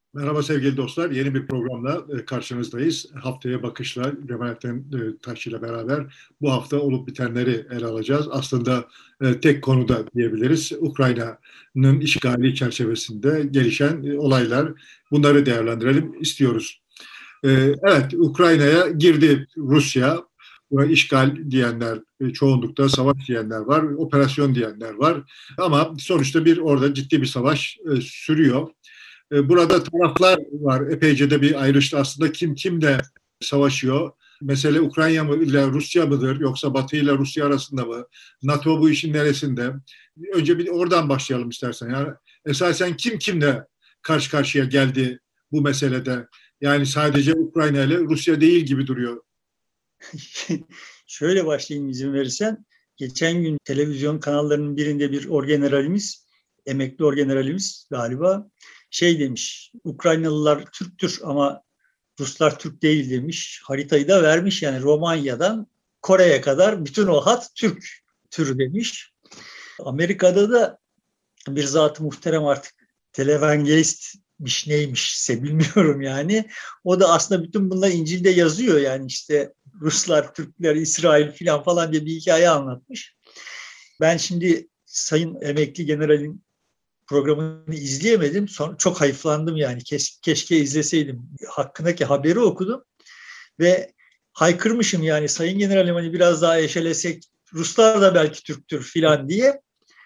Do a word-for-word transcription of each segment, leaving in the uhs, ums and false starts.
Merhaba sevgili dostlar. Yeni bir programla e, karşınızdayız. Haftaya Bakış'la Cemalettin e, Taş ile beraber bu hafta olup bitenleri ele alacağız. Aslında e, tek konuda diyebiliriz. Ukrayna'nın işgali çerçevesinde gelişen e, olaylar. Bunları değerlendirelim istiyoruz. E, Evet, Ukrayna'ya girdi Rusya. Buna işgal diyenler, e, çoğunlukta savaş diyenler var, operasyon diyenler var. Ama sonuçta bir orada ciddi bir savaş e, sürüyor. E, Burada taraflar var. Epeyce de bir ayrıştı aslında. Kim kimle savaşıyor? Mesele Ukrayna mı ile Rusya mıdır? Yoksa Batı ile Rusya arasında mı? NATO bu işin neresinde? Önce bir oradan başlayalım istersen. Yani esasen kim kimle karşı karşıya geldi bu meselede? Yani sadece Ukrayna ile Rusya değil gibi duruyor. Şöyle başlayayım izin verirsen. Geçen gün televizyon kanallarının birinde bir orgeneralimiz, emekli orgeneralimiz galiba şey demiş. Ukraynalılar Türktür ama Ruslar Türk değil demiş. Haritayı da vermiş, yani Romanya'dan Kore'ye kadar bütün o hat Türk türü demiş. Amerika'da da bir zat-ı muhterem, artık televangelistmiş neymişse bilmiyorum yani. O da aslında bütün bunlar İncil'de yazıyor, yani işte Ruslar, Türkler, İsrail filan falan diye bir hikaye anlatmış. Ben şimdi Sayın Emekli General'in programını izleyemedim. Sonra çok hayıflandım yani. Kes, keşke izleseydim. Hakkındaki haberi okudum ve haykırmışım yani, Sayın Generalim hani biraz daha eşelesek Ruslar da belki Türktür filan diye.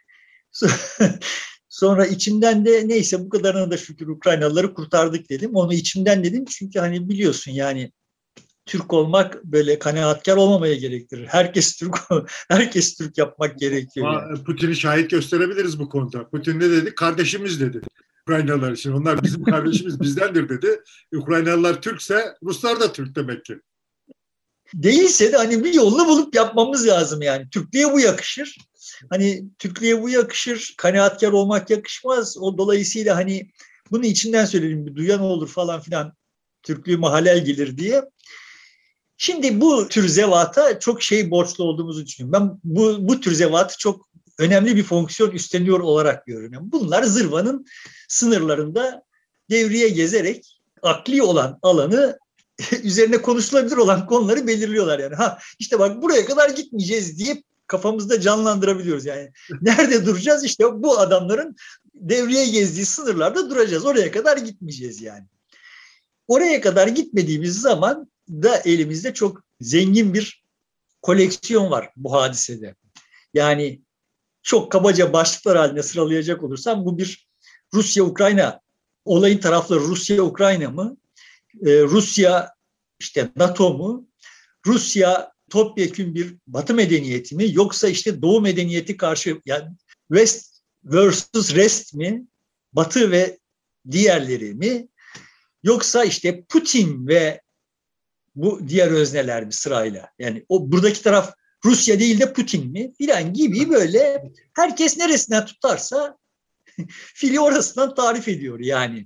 Sonra içimden de neyse bu kadarına da şükür Ukraynalıları kurtardık dedim. Onu içimden dedim çünkü hani biliyorsun yani Türk olmak böyle kanaatkar olmamaya gerektirir. Herkes Türk, herkes Türk yapmak gerekiyor yani. Ama Putin'i şahit gösterebiliriz bu konuda. Putin ne dedi? Kardeşimiz dedi. Ukraynalılar için. Onlar bizim kardeşimiz, bizdendir dedi. Ukraynalılar Türkse Ruslar da Türk demek ki. Değilse de hani bir yolunu bulup yapmamız lazım yani. Türklüğe bu yakışır. Hani Türklüğe bu yakışır. Kanaatkar olmak yakışmaz. O dolayısıyla hani bunu içinden söyledim. Bir duyan olur falan filan. Türklüğüme halel gelir diye. Şimdi bu tür zevata çok şey borçlu olduğumuzu düşünüyorum. Ben bu, bu tür zevatı çok önemli bir fonksiyon üstleniyor olarak görüyorum. Bunlar zırvanın sınırlarında devreye gezerek akli olan alanı üzerine konuşulabilir olan konuları belirliyorlar yani. Ha işte bak buraya kadar gitmeyeceğiz diye kafamızda canlandırabiliyoruz yani. Nerede duracağız? İşte bu adamların devreye gezdiği sınırlarda duracağız. Oraya kadar gitmeyeceğiz yani. Oraya kadar gitmediğimiz zaman da elimizde çok zengin bir koleksiyon var bu hadisede. Yani çok kabaca başlıklar halinde sıralayacak olursam bu bir Rusya-Ukrayna, olayın tarafları Rusya-Ukrayna mı? Ee, Rusya işte NATO mu? Rusya topyekün bir Batı medeniyeti mi? Yoksa işte Doğu medeniyeti karşı, yani West versus Rest mi? Batı ve diğerleri mi? Yoksa işte Putin ve bu diğer özneler mi sırayla? Yani o buradaki taraf Rusya değil de Putin mi? Filan gibi böyle herkes neresinden tutarsa fili orasından tarif ediyor yani.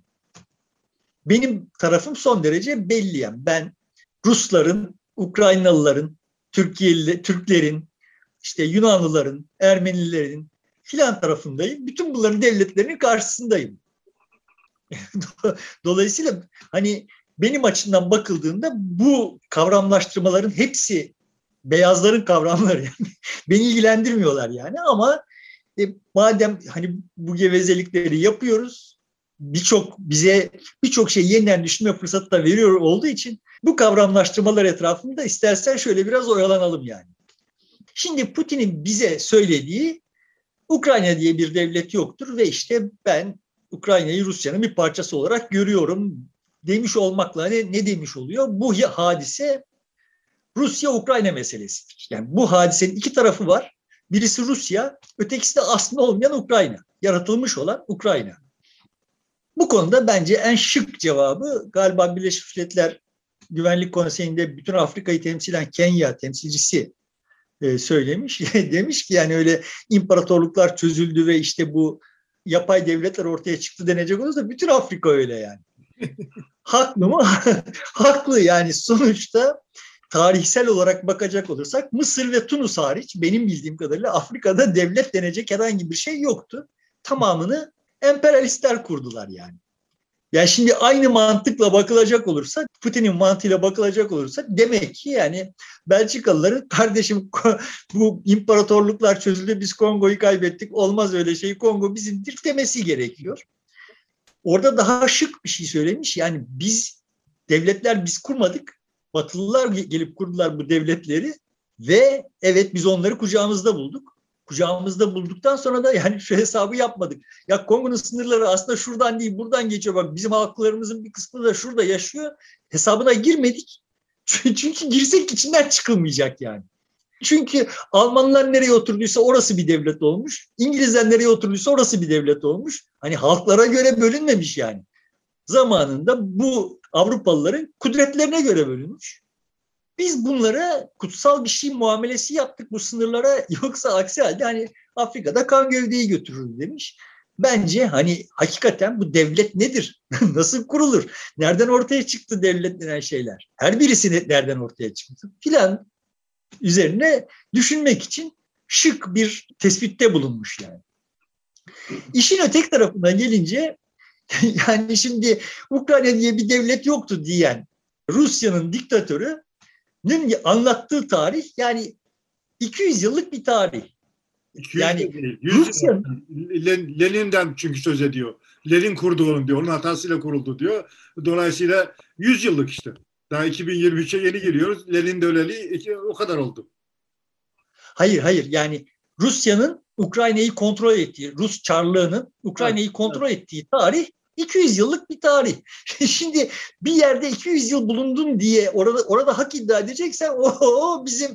Benim tarafım son derece belli yani. Ben Rusların, Ukraynalıların, Türkiye'li, Türklerin, işte Yunanlıların, Ermenilerin filan tarafındayım. Bütün bunların devletlerinin karşısındayım. Dolayısıyla hani benim açımdan bakıldığında bu kavramlaştırmaların hepsi beyazların kavramları yani. Beni ilgilendirmiyorlar yani ama e, madem hani bu gevezelikleri yapıyoruz, birçok bize birçok şey yeniden düşünme fırsatı da veriyor olduğu için bu kavramlaştırmalar etrafında istersen şöyle biraz oyalanalım yani. Şimdi Putin'in bize söylediği Ukrayna diye bir devlet yoktur ve işte ben Ukrayna'yı Rusya'nın bir parçası olarak görüyorum demiş olmakla ne, ne demiş oluyor? Bu hadise Rusya-Ukrayna meselesidir. Yani bu hadisenin iki tarafı var. Birisi Rusya, ötekisi de aslında olmayan Ukrayna. Yaratılmış olan Ukrayna. Bu konuda bence en şık cevabı galiba Birleşmiş Milletler Güvenlik Konseyi'nde bütün Afrika'yı temsilen Kenya temsilcisi e, söylemiş. Demiş ki yani öyle imparatorluklar çözüldü ve işte bu yapay devletler ortaya çıktı denecek olursa bütün Afrika öyle yani. Haklı mı? Haklı yani sonuçta tarihsel olarak bakacak olursak Mısır ve Tunus hariç benim bildiğim kadarıyla Afrika'da devlet denecek herhangi bir şey yoktu. Tamamını emperyalistler kurdular yani. Yani şimdi aynı mantıkla bakılacak olursa, Putin'in mantığıyla bakılacak olursa demek ki yani Belçikalıların kardeşim bu imparatorluklar çözüldü, biz Kongo'yu kaybettik, olmaz öyle şey, Kongo bizimdir demesi gerekiyor. Orada daha şık bir şey söylemiş. Yani biz devletler biz kurmadık. Batılılar gelip kurdular bu devletleri ve evet biz onları kucağımızda bulduk. Kucağımızda bulduktan sonra da yani şu hesabı yapmadık. Ya Kongo'nun sınırları aslında şuradan değil buradan geçiyor. Bak bizim halklarımızın bir kısmı da şurada yaşıyor. Hesabına girmedik. Çünkü girsek içinden çıkılmayacak yani. Çünkü Almanlar nereye oturduysa orası bir devlet olmuş. İngilizler nereye oturduysa orası bir devlet olmuş. Hani halklara göre bölünmemiş yani. Zamanında bu Avrupalıların kudretlerine göre bölünmüş. Biz bunlara kutsal bir şey muamelesi yaptık bu sınırlara, yoksa aksi halde hani Afrika'da kan gövdeyi götürür demiş. Bence hani hakikaten bu devlet nedir? Nasıl kurulur? Nereden ortaya çıktı devlet denen şeyler? Her birisi nereden ortaya çıktı? Filan üzerine düşünmek için şık bir tespitte bulunmuş yani. İşin öteki tarafına gelince yani şimdi Ukrayna diye bir devlet yoktu diyen Rusya'nın diktatörünün anlattığı tarih yani iki yüz yıllık bir tarih. iki yüz Yani değil, yüz Rusya Lenin'den çünkü söz ediyor. Lenin kurdu onu diyor. Onun hatasıyla kuruldu diyor. Dolayısıyla yüz yıllık işte. Daha iki bin yirmi üçe yeni giriyoruz. Lenin de öleli o kadar oldu. Hayır hayır yani Rusya'nın Ukrayna'yı kontrol ettiği, Rus Çarlığı'nın Ukrayna'yı kontrol ettiği tarih iki yüz yıllık bir tarih. Şimdi bir yerde iki yüz yıl bulundun diye orada orada hak iddia edeceksen o bizim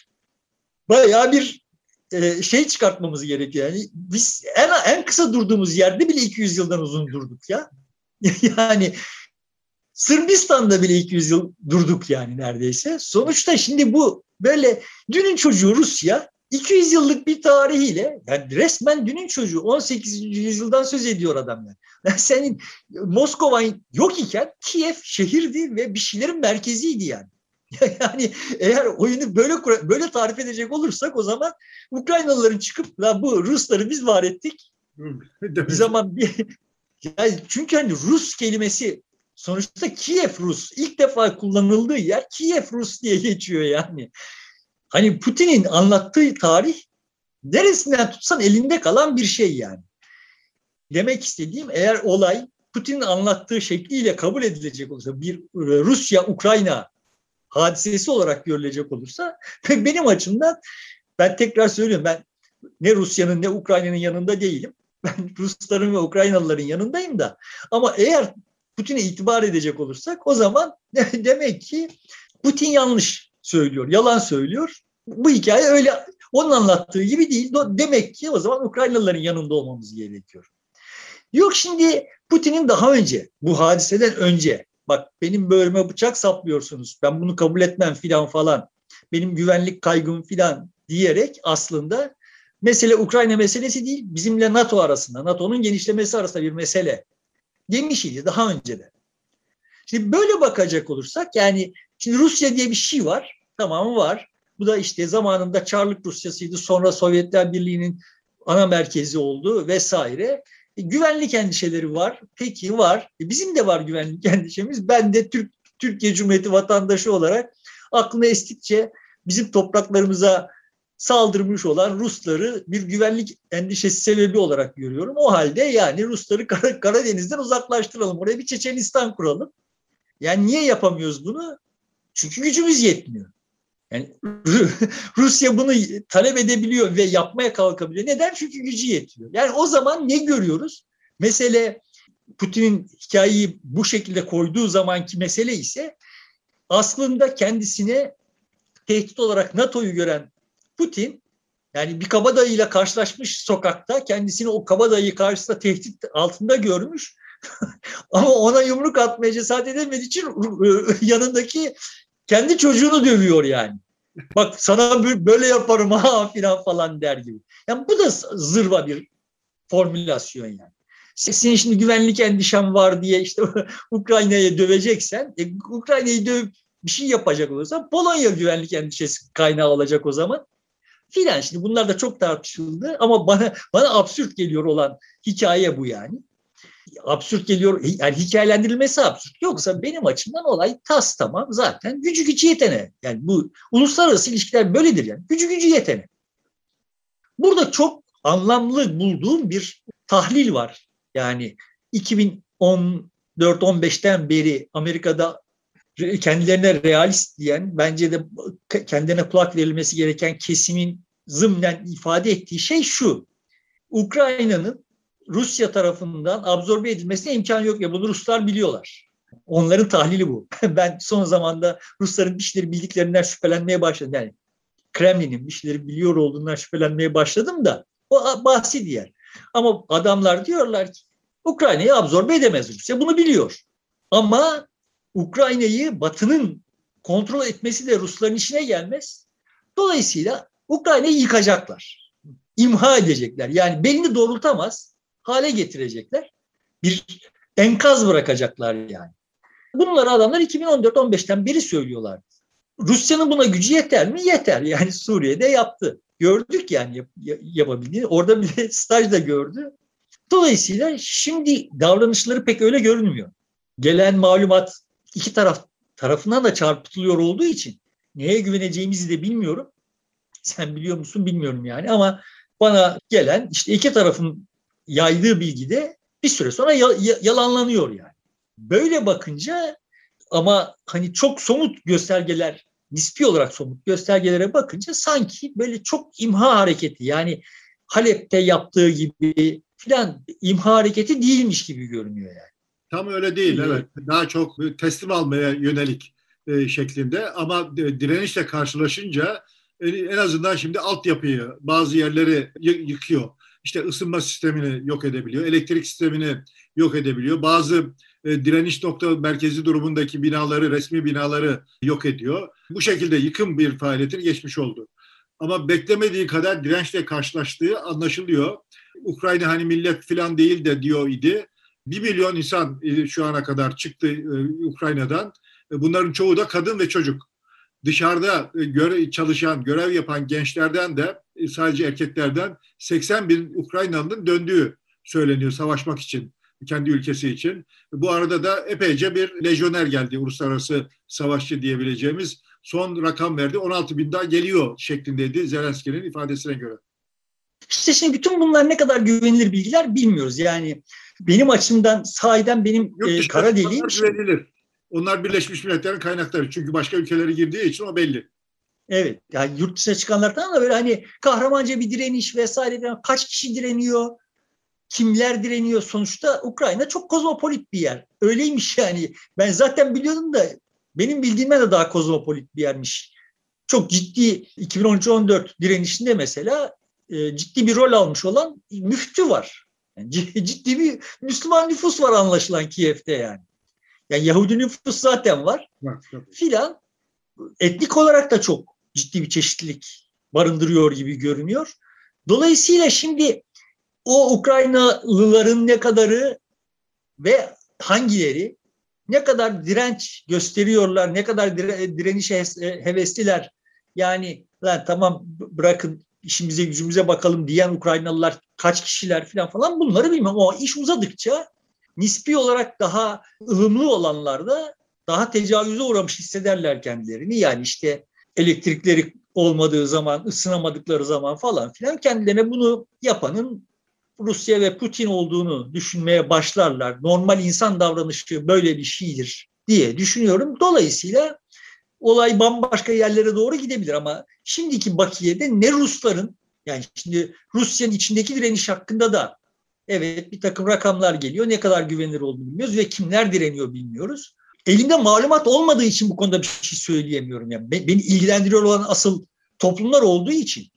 bayağı bir e, şey çıkartmamız gerekiyor. Yani biz en en kısa durduğumuz yerde bile iki yüz yıldan uzun durduk ya. Yani Sırbistan'da bile iki yüz yıl durduk yani neredeyse. Sonuçta şimdi bu böyle dünün çocuğu Rusya iki yüz yıllık bir tarihiyle yani resmen dünün çocuğu on sekizinci yüzyıldan söz ediyor adam yani. Yani senin Moskova yok iken Kiev şehirdi ve bir şeylerin merkeziydi yani. Yani eğer oyunu böyle böyle tarif edecek olursak o zaman Ukraynalıların çıkıp la bu Rusları biz var ettik. Bir zaman bir yani çünkü hani Rus kelimesi sonuçta Kiev Rus ilk defa kullanıldığı yer Kiev Rus diye geçiyor yani. Hani Putin'in anlattığı tarih neresinden tutsan elinde kalan bir şey yani. Demek istediğim eğer olay Putin'in anlattığı şekliyle kabul edilecek olursa bir Rusya-Ukrayna hadisesi olarak görülecek olursa benim açımdan ben tekrar söylüyorum ben ne Rusya'nın ne Ukrayna'nın yanında değilim. Ben Rusların ve Ukraynalıların yanındayım da ama eğer Putin'e itibar edecek olursak o zaman demek ki Putin yanlış söylüyor, yalan söylüyor. Bu hikaye öyle onun anlattığı gibi değil. Demek ki o zaman Ukraynalıların yanında olmamız gerekiyor. Yok şimdi Putin'in daha önce bu hadiseden önce bak benim böğrüme bıçak saplıyorsunuz ben bunu kabul etmem filan falan benim güvenlik kaygım filan diyerek aslında mesele Ukrayna meselesi değil bizimle NATO arasında NATO'nun genişlemesi arasında bir mesele demiş idi daha önce de. Şimdi böyle bakacak olursak yani şimdi Rusya diye bir şey var tamam var bu da işte zamanında Çarlık Rusyasıydı sonra Sovyetler Birliği'nin ana merkezi oldu vesaire. E, güvenlik endişeleri var. Peki var. E, bizim de var güvenlik endişemiz. Ben de Türk Türkiye Cumhuriyeti vatandaşı olarak aklına estikçe bizim topraklarımıza saldırmış olan Rusları bir güvenlik endişesi sebebi olarak görüyorum. O halde yani Rusları Kar- Karadeniz'den uzaklaştıralım. Oraya bir Çeçenistan kuralım. Yani niye yapamıyoruz bunu? Çünkü gücümüz yetmiyor. Yani Rusya bunu talep edebiliyor ve yapmaya kalkabiliyor. Neden? Çünkü gücü yetiyor. Yani o zaman ne görüyoruz? Mesele Putin'in hikayeyi bu şekilde koyduğu zamanki mesele ise aslında kendisine tehdit olarak NATO'yu gören Putin yani bir kabadayıyla karşılaşmış sokakta kendisini o kabadayı karşısında tehdit altında görmüş ama ona yumruk atmaya cesaret edemediği için yanındaki kendi çocuğunu dövüyor yani. Bak sana böyle yaparım ha filan falan der gibi. Yani bu da zırva bir formülasyon yani. Senin şimdi güvenlik endişen var diye işte Ukrayna'ya döveceksen, e, Ukrayna'yı dövüp bir şey yapacak olursan Polonya güvenlik endişesi kaynağı olacak o zaman. Filan şimdi bunlar da çok tartışıldı ama bana bana absürt geliyor olan hikaye bu yani. absürt geliyor. Yani hikayelendirilmesi absürt. Yoksa benim açımdan olay tas tamam zaten gücü gücü yetene. Yani bu uluslararası ilişkiler böyledir yani. Gücü gücü yetene. Burada çok anlamlı bulduğum bir tahlil var. Yani iki bin on dört on beşten beri Amerika'da kendilerine realist diyen, bence de kendilerine kulak verilmesi gereken kesimin zımnen ifade ettiği şey şu: Ukrayna'nın Rusya tarafından absorbe edilmesine imkanı yok ve bunu Ruslar biliyorlar. Onların tahlili bu. Ben son zamanda Rusların bir şeyleri bildiklerinden şüphelenmeye başladım. Yani Kremlin'in bir şeyleri biliyor olduğundan şüphelenmeye başladım da o bahsi diğer. Ama adamlar diyorlar ki Ukrayna'yı absorbe edemez Rusya. Bunu biliyor. Ama Ukrayna'yı Batı'nın kontrol etmesi de Rusların işine gelmez. Dolayısıyla Ukrayna'yı yıkacaklar. İmha edecekler. Yani belini doğrultamaz hale getirecekler. Bir enkaz bırakacaklar yani. Bunları adamlar iki bin on dört on beşten beri söylüyorlar. Rusya'nın buna gücü yeter mi? Yeter. Yani Suriye'de yaptı. Gördük yani yap, yapabildiğini. Orada bile stajda gördü. Dolayısıyla şimdi davranışları pek öyle görünmüyor. Gelen malumat iki taraf tarafından da çarpıtılıyor olduğu için neye güveneceğimizi de bilmiyorum. Sen biliyor musun bilmiyorum yani, ama bana gelen işte iki tarafın yaydığı bilgi de bir süre sonra yalanlanıyor yani. Böyle bakınca ama hani çok somut göstergeler, nispi olarak somut göstergelere bakınca sanki böyle çok imha hareketi, yani Halep'te yaptığı gibi filan imha hareketi değilmiş gibi görünüyor yani. Tam öyle değil, evet. Daha çok teslim almaya yönelik e, şeklinde, ama direnişle karşılaşınca en azından şimdi altyapıyı, bazı yerleri yıkıyor. İşte ısınma sistemini yok edebiliyor, elektrik sistemini yok edebiliyor. Bazı e, direniş nokta merkezi durumundaki binaları, resmi binaları yok ediyor. Bu şekilde yıkım bir faaliyetini geçmiş oldu. Ama beklemediği kadar dirençle karşılaştığı anlaşılıyor. Ukrayna hani millet falan değil de diyor idi. Bir milyon insan şu ana kadar çıktı Ukrayna'dan. Bunların çoğu da kadın ve çocuk. Dışarıda göre, çalışan, görev yapan gençlerden de sadece erkeklerden seksen bin Ukraynalı'nın döndüğü söyleniyor savaşmak için, kendi ülkesi için. Bu arada da epeyce bir lejyoner geldi, uluslararası savaşçı diyebileceğimiz. Son rakam verdi, on altı bin daha geliyor şeklindeydi Zelenski'nin ifadesine göre. İşte şimdi bütün bunlar ne kadar güvenilir bilgiler bilmiyoruz. Yani benim açımdan sahiden benim e, kara deliğim. Güvenilir. Onlar Birleşmiş Milletler'in kaynakları. Çünkü başka ülkelere girdiği için o belli. Evet. Yani yurt dışına çıkanlardan da böyle hani kahramanca bir direniş vesaire. Kaç kişi direniyor? Kimler direniyor? Sonuçta Ukrayna çok kozmopolit bir yer. Öyleymiş yani. Ben zaten biliyordum da benim bildiğimden de daha kozmopolit bir yermiş. Çok ciddi iki bin on üç on dört direnişinde mesela e, ciddi bir rol almış olan müftü var. Yani ciddi bir Müslüman nüfus var anlaşılan Kiev'te yani. Yani Yahudi nüfus zaten var. Filan. Etnik olarak da çok ciddi bir çeşitlilik barındırıyor gibi görünüyor. Dolayısıyla şimdi o Ukraynalıların ne kadarı ve hangileri ne kadar direnç gösteriyorlar, ne kadar direnişe hevesliler. Yani lan tamam bırakın işimize gücümüze bakalım diyen Ukraynalılar kaç kişiler falan falan, bunları bilmem. Ama iş uzadıkça nispi olarak daha ılımlı olanlar da daha tecavüze uğramış hissederler kendilerini. Yani işte elektrikleri olmadığı zaman, ısınamadıkları zaman falan filan kendilerine bunu yapanın Rusya ve Putin olduğunu düşünmeye başlarlar. Normal insan davranışı böyle bir şeydir diye düşünüyorum. Dolayısıyla olay bambaşka yerlere doğru gidebilir, ama şimdiki bakiyede ne Rusların, yani şimdi Rusya'nın içindeki direniş hakkında da evet bir takım rakamlar geliyor. Ne kadar güvenilir olduğunu bilmiyoruz ve kimler direniyor bilmiyoruz. Elimde malumat olmadığı için bu konuda bir şey söyleyemiyorum. Yani beni ilgilendiriyor olan asıl toplumlar olduğu için.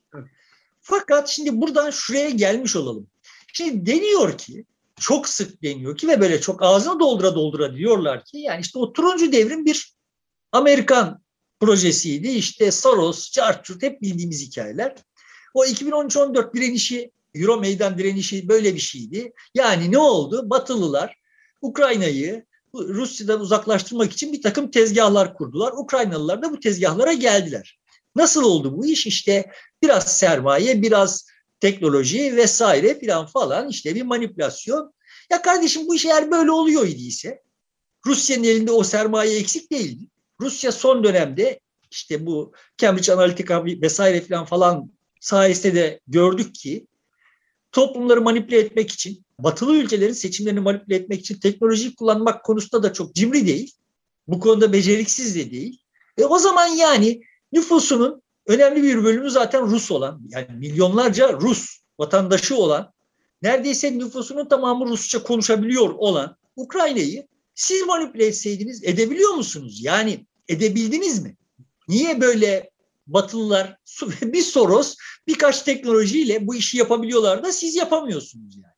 Fakat şimdi buradan şuraya gelmiş olalım. Şimdi deniyor ki, çok sık deniyor ki ve böyle çok ağzına doldura doldura diyorlar ki yani işte o turuncu devrim bir Amerikan projesiydi. İşte Soros, Çarçurt, hep bildiğimiz hikayeler. O iki bin on üç on dört direnişi, Euro meydan direnişi böyle bir şeydi. Yani ne oldu? Batılılar Ukrayna'yı Rusya'dan uzaklaştırmak için bir takım tezgahlar kurdular. Ukraynalılar da bu tezgahlara geldiler. Nasıl oldu bu iş? İşte biraz sermaye, biraz teknoloji vesaire falan falan, işte bir manipülasyon. Ya kardeşim bu iş eğer böyle oluyor idiyse, Rusya'nın elinde o sermaye eksik değildi. Rusya son dönemde işte bu Cambridge Analytica vesaire falan falan sayesinde de gördük ki toplumları manipüle etmek için, batılı ülkelerin seçimlerini manipüle etmek için teknolojiyi kullanmak konusunda da çok cimri değil. Bu konuda beceriksiz de değil. E o zaman yani nüfusunun önemli bir bölümü zaten Rus olan, yani milyonlarca Rus vatandaşı olan, neredeyse nüfusunun tamamı Rusça konuşabiliyor olan Ukrayna'yı siz manipüle etseydiniz edebiliyor musunuz? Yani edebildiniz mi? Niye böyle Batılılar bir Soros birkaç teknolojiyle bu işi yapabiliyorlar da siz yapamıyorsunuz yani?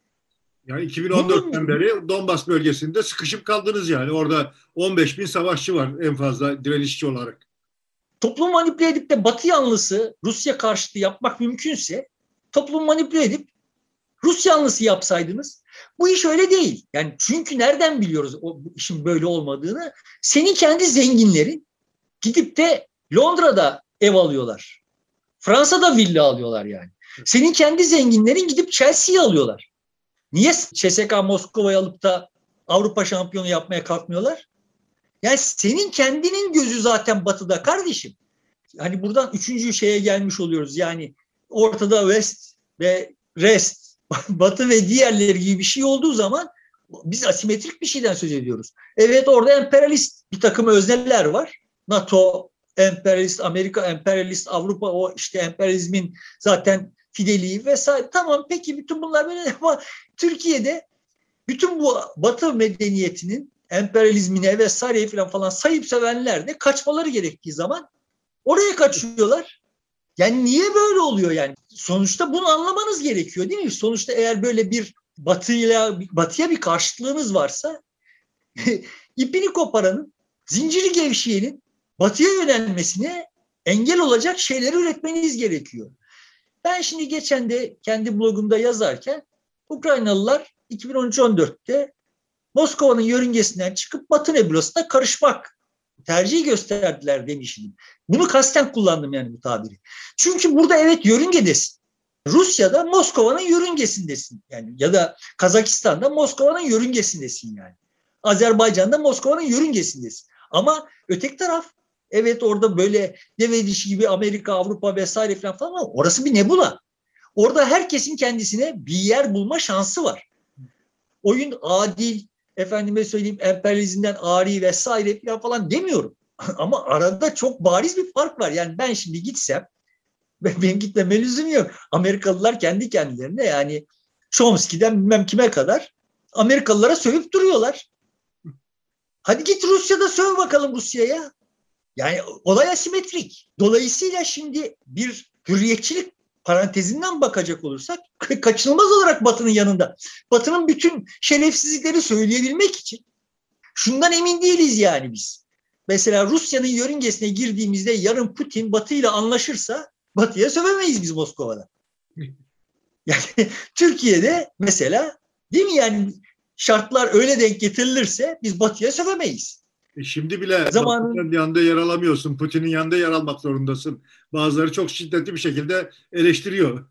Yani iki bin on dörtten beri Donbas bölgesinde sıkışıp kaldınız yani. Orada on beş bin savaşçı var en fazla direnişçi olarak. Toplumu manipüle edip de Batı yanlısı Rusya karşıtı yapmak mümkünse toplumu manipüle edip Rus yanlısı yapsaydınız, bu iş öyle değil. Yani çünkü nereden biliyoruz o işin böyle olmadığını? Senin kendi zenginlerin gidip de Londra'da ev alıyorlar. Fransa'da villa alıyorlar yani. Senin kendi zenginlerin gidip Chelsea'yi alıyorlar. Niye C S K A Moskova'yı alıp da Avrupa şampiyonu yapmaya kalkmıyorlar? Yani senin kendinin gözü zaten batıda kardeşim. Hani buradan üçüncü şeye gelmiş oluyoruz. Yani ortada West ve Rest, Batı ve diğerleri gibi bir şey olduğu zaman biz asimetrik bir şeyden söz ediyoruz. Evet, orada emperyalist bir takım özneler var. NATO emperyalist, Amerika emperyalist, Avrupa o işte emperyalizmin zaten fideliği vesaire. Tamam, peki bütün bunlar böyle ama Türkiye'de bütün bu Batı medeniyetinin emperyalizmine vesaire falan falan sayıp sevenler de kaçmaları gerektiği zaman oraya kaçıyorlar. Yani niye böyle oluyor yani? Sonuçta bunu anlamanız gerekiyor değil mi? Sonuçta eğer böyle bir batıyla batıya bir karşıtlığınız varsa ipini koparanın, zinciri gevşeyenin batıya yönelmesine engel olacak şeyleri üretmeniz gerekiyor. Ben şimdi geçen de kendi blogumda yazarken Ukraynalılar iki bin on üç on dörtte Moskova'nın yörüngesinden çıkıp Batı nebulasına karışmak tercihi gösterdiler demiştim. Bunu kasten kullandım yani bu tabiri. Çünkü burada evet yörüngedesin. Rusya'da Moskova'nın yörüngesindesin. Yani ya da Kazakistan'da Moskova'nın yörüngesindesin yani. Azerbaycan'da Moskova'nın yörüngesindesin. Ama öteki taraf evet orada böyle deve dişi gibi Amerika, Avrupa vesaire falan falan ama orası bir nebula. Orada herkesin kendisine bir yer bulma şansı var. Oyun adil, efendime söyleyeyim emperyalizmden ari vesaire falan, falan demiyorum. Ama arada çok bariz bir fark var. Yani ben şimdi gitsem, benim gitmeme lüzum yok. Amerikalılar kendi kendilerine yani Chomsky'den bilmem kime kadar Amerikalılara sövüp duruyorlar. Hadi git Rusya'da söv bakalım Rusya'ya. Yani olay asimetrik. Dolayısıyla şimdi bir hürriyetçilik parantezinden bakacak olursak kaçınılmaz olarak Batı'nın yanında. Batı'nın bütün şerefsizlikleri söyleyebilmek için şundan emin değiliz yani biz. Mesela Rusya'nın yörüngesine girdiğimizde yarın Putin Batı ile anlaşırsa Batı'ya sövemeyiz biz Moskova'da. Yani Türkiye'de mesela değil mi yani şartlar öyle denk getirilirse biz Batı'ya sövemeyiz. E şimdi bile Zamanın... Batı'nın yanında yer alamıyorsun. Putin'in yanında yer almak zorundasın. Bazıları çok şiddetli bir şekilde eleştiriyor.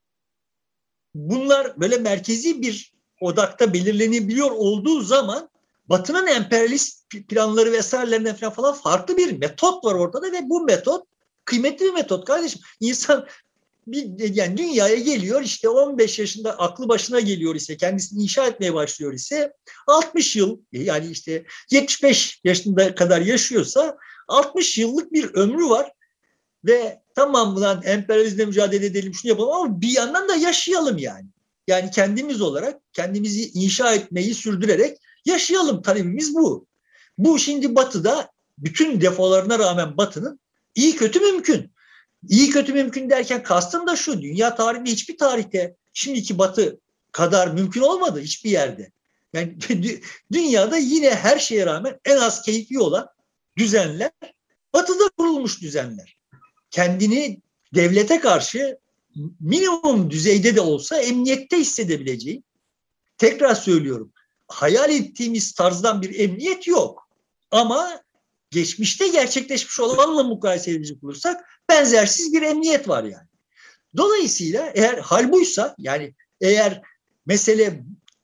Bunlar böyle merkezi bir odakta belirlenebiliyor olduğu zaman Batı'nın emperyalist planları vesairelerinden falan, falan farklı bir metot var ortada ve bu metot kıymetli bir metot kardeşim. İnsan bir, yani dünyaya geliyor işte on beş yaşında aklı başına geliyor ise kendisini inşa etmeye başlıyor ise altmış yıl yani işte yetmiş beş yaşında kadar yaşıyorsa altmış yıllık bir ömrü var ve tamam lan emperyalizmle mücadele edelim şunu yapalım ama bir yandan da yaşayalım yani. Yani kendimiz olarak kendimizi inşa etmeyi sürdürerek yaşayalım, talebimiz bu. Bu şimdi Batı'da bütün defolarına rağmen Batı'nın iyi kötü mümkün. İyi kötü mümkün derken kastım da şu: dünya tarihinde hiçbir tarihte şimdiki Batı kadar mümkün olmadı hiçbir yerde. Yani dünyada yine her şeye rağmen en az keyfi olan düzenler Batı'da kurulmuş düzenler. Kendini devlete karşı minimum düzeyde de olsa emniyette hissedebileceği, tekrar söylüyorum, hayal ettiğimiz tarzdan bir emniyet yok. Ama geçmişte gerçekleşmiş olanla mukayese edecek olursak benzersiz bir emniyet var yani. Dolayısıyla eğer hal buysa, yani eğer mesele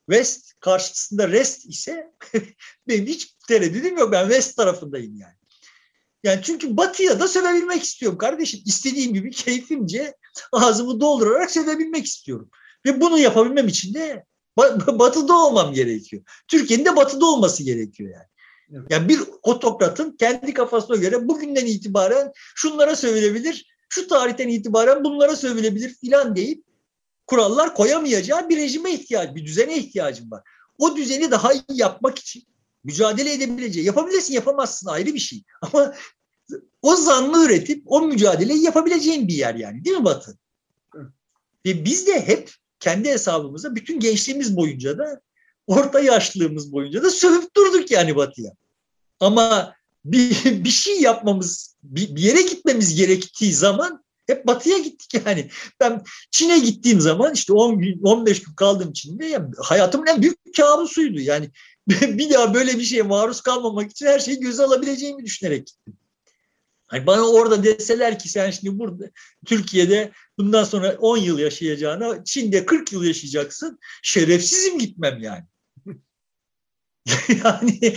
West karşısında rest ise benim hiç tereddüdüm yok. Ben West tarafındayım yani. Yani çünkü Batı'ya da sövebilmek istiyorum kardeşim. İstediğim gibi keyfimce ağzımı doldurarak sövebilmek istiyorum. Ve bunu yapabilmem için de Batı'da olmam gerekiyor. Türkiye'nin de Batı'da olması gerekiyor yani. Evet. Yani bir otokratın kendi kafasına göre bugünden itibaren şunlara sövülebilir, şu tarihten itibaren bunlara sövülebilir filan deyip kurallar koyamayacağı bir rejime ihtiyacı, bir düzene ihtiyacım var. O düzeni daha iyi yapmak için mücadele edebileceği, yapabilirsin yapamazsın ayrı bir şey. Ama o zannı üretip o mücadeleyi yapabileceğin bir yer yani, değil mi Batı? Evet. Ve biz de hep kendi hesabımıza bütün gençliğimiz boyunca da, orta yaşlılığımız boyunca da sövüp durduk yani Batı'ya. Ama bir, bir şey yapmamız, bir, bir yere gitmemiz gerektiği zaman hep Batı'ya gittik yani. Ben Çin'e gittiğim zaman işte on gün, on beş gün kaldığım Çin'de ya, hayatımın en büyük kabusuydu. Yani bir daha böyle bir şeye maruz kalmamak için her şeyi göze alabileceğimi düşünerek gittim. Hani bana orada deseler ki sen şimdi burada Türkiye'de bundan sonra on yıl yaşayacağına Çin'de kırk yıl yaşayacaksın. Şerefsizim gitmem yani. Yani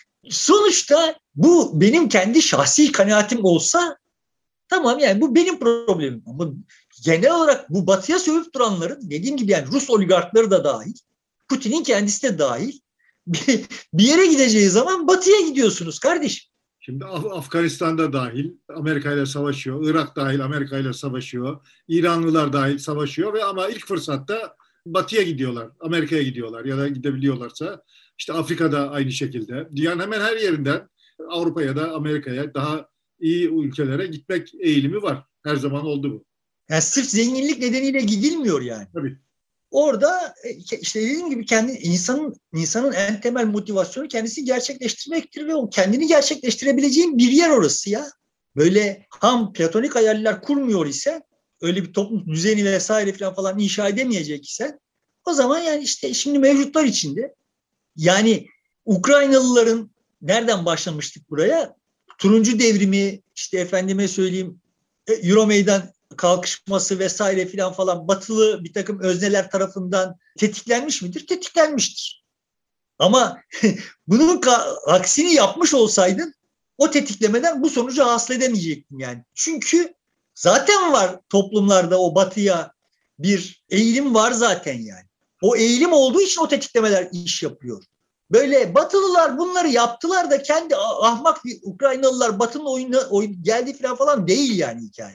sonuçta bu benim kendi şahsi kanaatim olsa tamam yani bu benim problemim. Ama genel olarak bu Batı'ya sövüp duranların dediğim gibi yani Rus oligarkları da dahil, Putin'in kendisi de dahil bir, bir yere gideceği zaman Batı'ya gidiyorsunuz kardeşim. Şimdi Af- Afganistan'da dahil Amerika ile savaşıyor, Irak dahil Amerika ile savaşıyor, İranlılar dahil savaşıyor ve ama ilk fırsatta Batı'ya gidiyorlar, Amerika'ya gidiyorlar ya da gidebiliyorlarsa. İşte Afrika'da aynı şekilde. Dünyanın hemen her yerinden Avrupa'ya da Amerika'ya daha iyi ülkelere gitmek eğilimi var. Her zaman oldu bu. Yani sırf zenginlik nedeniyle gidilmiyor yani. Tabii. Orada işte dediğim gibi kendi insanın insanın en temel motivasyonu kendisini gerçekleştirmektir ve o kendini gerçekleştirebileceğin bir yer orası ya. Böyle ham platonik hayaller kurmuyor ise, öyle bir toplum düzeni vesaire falan falan inşa edemeyecek ise, o zaman yani işte şimdi mevcutlar içinde yani Ukraynalıların nereden başlamıştık buraya? Turuncu devrimi, işte efendime söyleyeyim Euro meydan kalkışması vesaire filan falan batılı bir takım özneler tarafından tetiklenmiş midir? Tetiklenmiştir. Ama bunun aksini yapmış olsaydın o tetiklemeden bu sonucu hasıl edemeyecektin yani. Çünkü zaten var toplumlarda o batıya bir eğilim var zaten yani. O eğilim olduğu için o tetiklemeler iş yapıyor. Böyle Batılılar bunları yaptılar da kendi ahmak Ukraynalılar Batı'nın oyuna oyun geldi falan falan değil yani hikaye.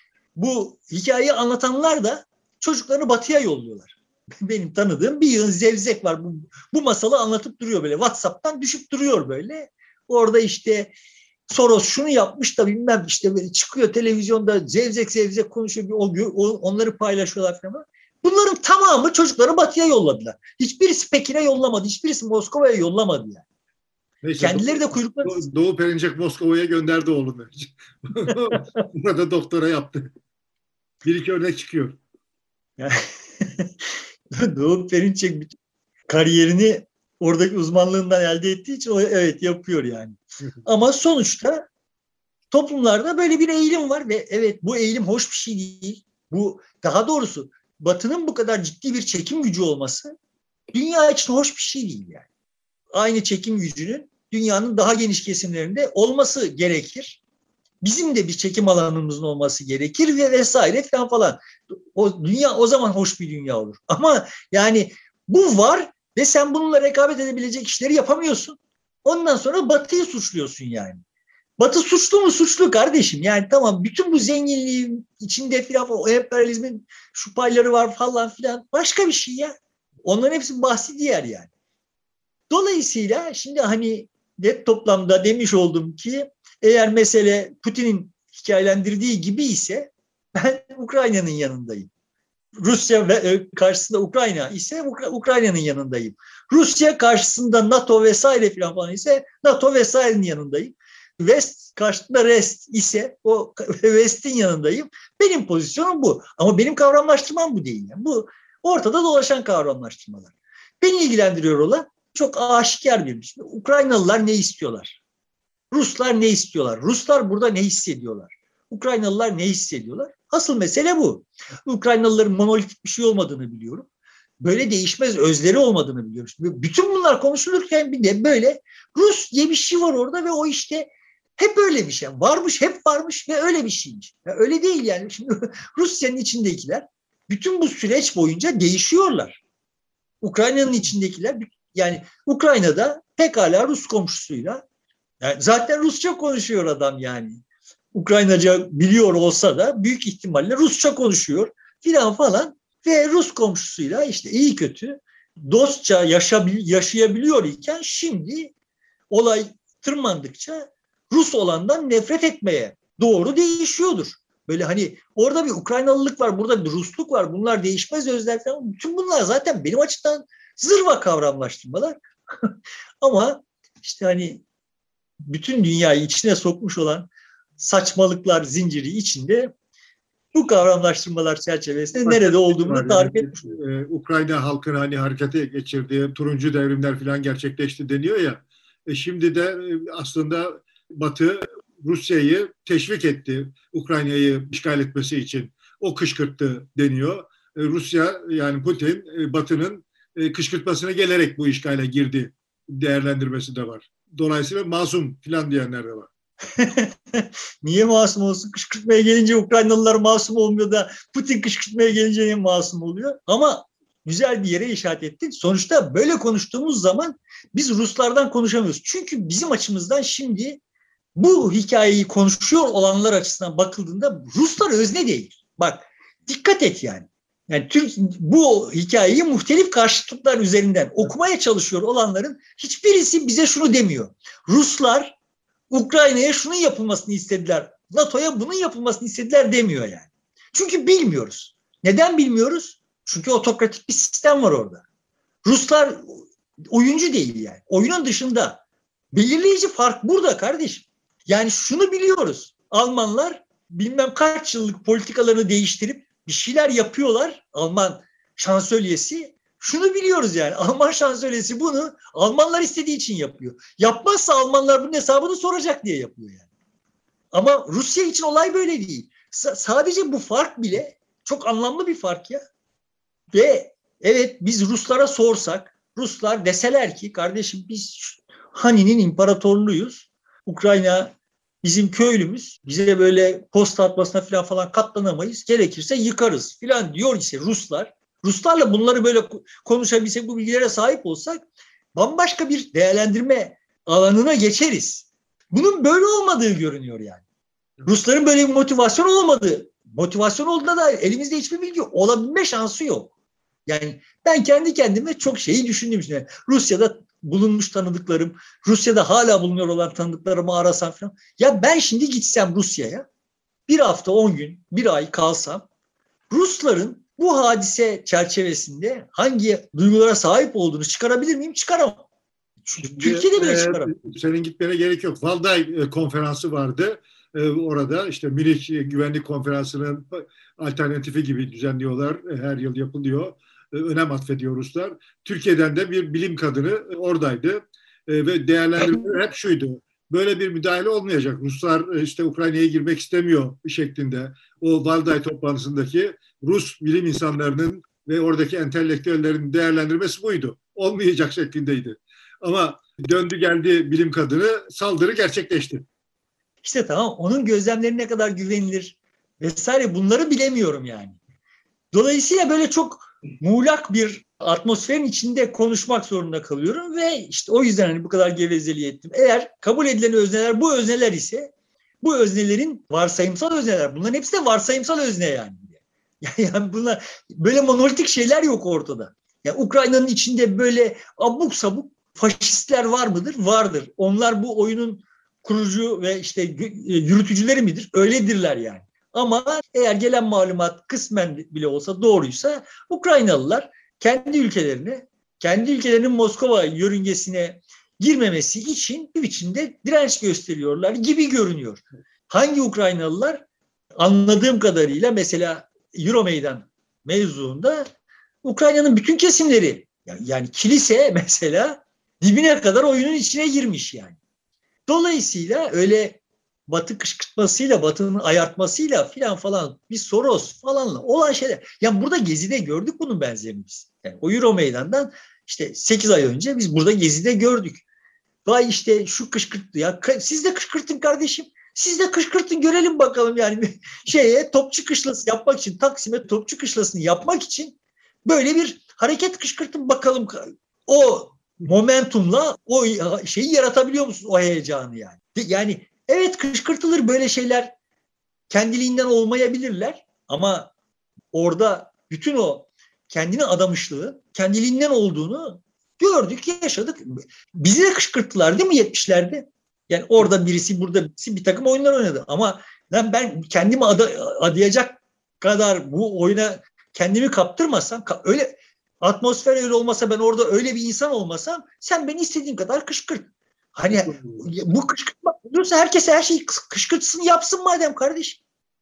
Bu hikayeyi anlatanlar da çocuklarını Batı'ya yolluyorlar. Benim tanıdığım bir yığın zevzek var. Bu, bu masalı anlatıp duruyor böyle. WhatsApp'tan düşüp duruyor böyle. Orada işte Soros şunu yapmış da bilmem işte böyle çıkıyor televizyonda zevzek zevzek konuşuyor. Onları paylaşıyorlar falan. Bunların tamamı çocukları Batı'ya yolladılar. Hiçbirisi Pekin'e yollamadı. Hiçbirisi Moskova'ya yollamadı yani. Neyse, kendileri Doğu, de kuyrukları... Doğu, Doğu Perinçek Moskova'ya gönderdi oğlunu. Burada doktora yaptı. Bir iki örnek çıkıyor. Doğu Perinçek kariyerini oradaki uzmanlığından elde ettiği için o evet yapıyor yani. Ama sonuçta toplumlarda böyle bir eğilim var ve evet bu eğilim hoş bir şey değil. Bu daha doğrusu Batı'nın bu kadar ciddi bir çekim gücü olması dünya için hoş bir şey değil yani. Aynı çekim gücünün dünyanın daha geniş kesimlerinde olması gerekir. Bizim de bir çekim alanımızın olması gerekir ve vesaire falan falan. O dünya o zaman hoş bir dünya olur. Ama yani bu var ve sen bununla rekabet edebilecek işleri yapamıyorsun. Ondan sonra Batı'yı suçluyorsun yani. Batı suçlu mu? Suçlu kardeşim. Yani tamam bütün bu zenginliğin içinde filan o emperyalizmin şu payları var falan filan. Başka bir şey ya. Onların hepsi bahsi diğer yani. Dolayısıyla şimdi hani net toplamda demiş oldum ki eğer mesele Putin'in hikayelendirdiği gibi ise ben Ukrayna'nın yanındayım. Rusya ve karşısında Ukrayna ise Ukrayna'nın yanındayım. Rusya karşısında NATO vesaire falan ise NATO vesairenin yanındayım. West karşısında Rest ise o West'in yanındayım. Benim pozisyonum bu. Ama benim kavramlaştırmam bu değil. Yani bu ortada dolaşan kavramlaştırmalar. Beni ilgilendiriyor olan çok aşikar bir şey. Ukraynalılar ne istiyorlar? Ruslar ne istiyorlar? Ruslar burada ne hissediyorlar? Ukraynalılar ne hissediyorlar? Asıl mesele bu. Ukraynalıların monolitik bir şey olmadığını biliyorum. böyle değişmez özleri olmadığını biliyoruz. Bütün bunlar konuşulurken bir de böyle Rus diye bir şey var orada ve o işte hep öyle bir şey. Varmış, hep varmış ve öyle bir şeymiş. Ya öyle değil yani. Şimdi Rusya'nın içindekiler bütün bu süreç boyunca değişiyorlar. Ukrayna'nın içindekiler yani Ukrayna'da pekala Rus komşusuyla yani zaten Rusça konuşuyor adam yani. Ukraynaca biliyor olsa da büyük ihtimalle Rusça konuşuyor filan falan ve Rus komşusuyla işte iyi kötü dostça yaşayabiliyor iken şimdi olay tırmandıkça Rus olandan nefret etmeye doğru değişiyordur. Böyle hani orada bir Ukraynalılık var, burada bir Rusluk var. Bunlar değişmez özler falan. Bütün bunlar zaten benim açımdan zırva kavramlaştırmalar. Ama işte hani bütün dünyayı içine sokmuş olan saçmalıklar zinciri içinde bu kavramlaştırmalar çerçevesinde nerede olduğumuzu tarif etmiş. Ee, Ukrayna halkını hani harekete geçirdiği turuncu devrimler falan gerçekleşti deniyor ya. E şimdi de aslında Batı Rusya'yı teşvik etti Ukrayna'yı işgal etmesi için. O kışkırttı deniyor. E, Rusya yani Putin e, Batı'nın e, kışkırtmasına gelerek bu işgale girdi değerlendirmesi de var. Dolayısıyla masum falan diyenler de var. Niye masum olsun? Kışkırtmaya gelince Ukraynalılar masum olmuyor da Putin kışkırtmaya gelince niye masum oluyor? Ama güzel bir yere işaret ettin. Sonuçta böyle konuştuğumuz zaman biz Ruslardan konuşamıyoruz. Çünkü bizim açımızdan şimdi bu hikayeyi konuşuyor olanlar açısından bakıldığında Ruslar özne değil. Bak dikkat et yani. Yani Türk, bu hikayeyi muhtelif karşıtlıklar üzerinden okumaya çalışıyor olanların hiçbirisi bize şunu demiyor. Ruslar Ukrayna'ya şunun yapılmasını istediler, NATO'ya bunun yapılmasını istediler demiyor yani. Çünkü bilmiyoruz. Neden bilmiyoruz? Çünkü otokratik bir sistem var orada. Ruslar oyuncu değil yani. Oyunun dışında. Belirleyici fark burada kardeşim. Yani şunu biliyoruz. Almanlar bilmem kaç yıllık politikalarını değiştirip bir şeyler yapıyorlar. Alman şansölyesi. Şunu biliyoruz yani. Alman şansölyesi bunu Almanlar istediği için yapıyor. Yapmazsa Almanlar bunun hesabını soracak diye yapıyor yani. Ama Rusya için olay böyle değil. S- sadece bu fark bile çok anlamlı bir fark ya. Ve evet biz Ruslara sorsak, Ruslar deseler ki kardeşim biz Hani'nin imparatorluğuyuz. Ukrayna bizim köylümüz. Bize böyle posta atmasına falan falan katlanamayız. Gerekirse yıkarız falan diyor ise Ruslar. Ruslarla bunları böyle konuşabilsek, bu bilgilere sahip olsak bambaşka bir değerlendirme alanına geçeriz. Bunun böyle olmadığı görünüyor yani. Rusların böyle bir motivasyon olmadığı, motivasyon olduğuna dair elimizde hiçbir bilgi olabilme şansı yok. Yani ben kendi kendime çok şeyi düşündüm. Yani Rusya'da bulunmuş tanıdıklarım, Rusya'da hala bulunuyor olan tanıdıklarımı arasam falan. Ya ben şimdi gitsem Rusya'ya bir hafta on gün, bir ay kalsam Rusların bu hadise çerçevesinde hangi duygulara sahip olduğunu çıkarabilir miyim? Çıkaramam. Çünkü Türkiye'de bile çıkaramam. Senin gitmene gerek yok. Valday konferansı vardı. Orada işte Münih Güvenlik Konferansı'nın alternatifi gibi düzenliyorlar. Her yıl yapılıyor. Önem atfediyor Ruslar. Türkiye'den de bir bilim kadını oradaydı. Ve değerlendirmeler hep şuydu. Böyle bir müdahale olmayacak. Ruslar işte Ukrayna'ya girmek istemiyor şeklinde. O Valday toplantısındaki Rus bilim insanlarının ve oradaki entelektüellerin değerlendirmesi buydu. Olmayacak şeklindeydi. Ama döndü geldi bilim kadını, saldırı gerçekleşti. İşte tamam, onun gözlemleri ne kadar güvenilir vesaire bunları bilemiyorum yani. Dolayısıyla böyle çok muğlak bir atmosferin içinde konuşmak zorunda kalıyorum ve işte o yüzden hani bu kadar gevezeliği ettim. Eğer kabul edilen özneler bu özneler ise bu öznelerin varsayımsal özneler. Bunların hepsi de varsayımsal özne yani. Yani bunlar böyle monolitik şeyler yok ortada. Yani Ukrayna'nın içinde böyle abuk sabuk faşistler var mıdır? Vardır. Onlar bu oyunun kurucu ve işte yürütücüleri midir? Öyledirler yani. Ama eğer gelen malumat kısmen bile olsa doğruysa Ukraynalılar kendi ülkelerine, kendi ülkelerinin Moskova yörüngesine girmemesi için bir biçimde direnç gösteriyorlar gibi görünüyor. Hangi Ukraynalılar? Anladığım kadarıyla mesela Euromeydan mevzuunda Ukrayna'nın bütün kesimleri yani, yani kilise mesela dibine kadar oyunun içine girmiş yani. Dolayısıyla öyle Batı kışkırtmasıyla, Batı'nın ayartmasıyla filan falan bir Soros falanla olan şeyler. Yani burada Gezi'de gördük bunun benzerini biz. Yani o Euro Meydan'dan işte sekiz ay önce biz burada Gezi'de gördük. Vay işte şu kışkırttı ya. Siz de kışkırtın kardeşim. Siz de kışkırtın görelim bakalım yani. Şeye topçu kışlası yapmak için, Taksim'e topçu kışlasını yapmak için böyle bir hareket kışkırtın bakalım. O momentumla o şeyi yaratabiliyor musunuz, o heyecanı yani. Yani evet, kışkırtılır böyle şeyler, kendiliğinden olmayabilirler ama orada bütün o kendine adamışlığı kendiliğinden olduğunu gördük, yaşadık. Bizi de kışkırttılar değil mi yetmişlerde? Yani orada birisi, burada birisi bir takım oyunlar oynadı. Ama ben, ben kendimi ada, adayacak kadar bu oyuna kendimi kaptırmasam, öyle atmosfer öyle olmasa, ben orada öyle bir insan olmasam, sen beni istediğin kadar kışkırt. Hani bu kışkırtma olursa herkes her şeyi kışkırtsın yapsın madem kardeşim.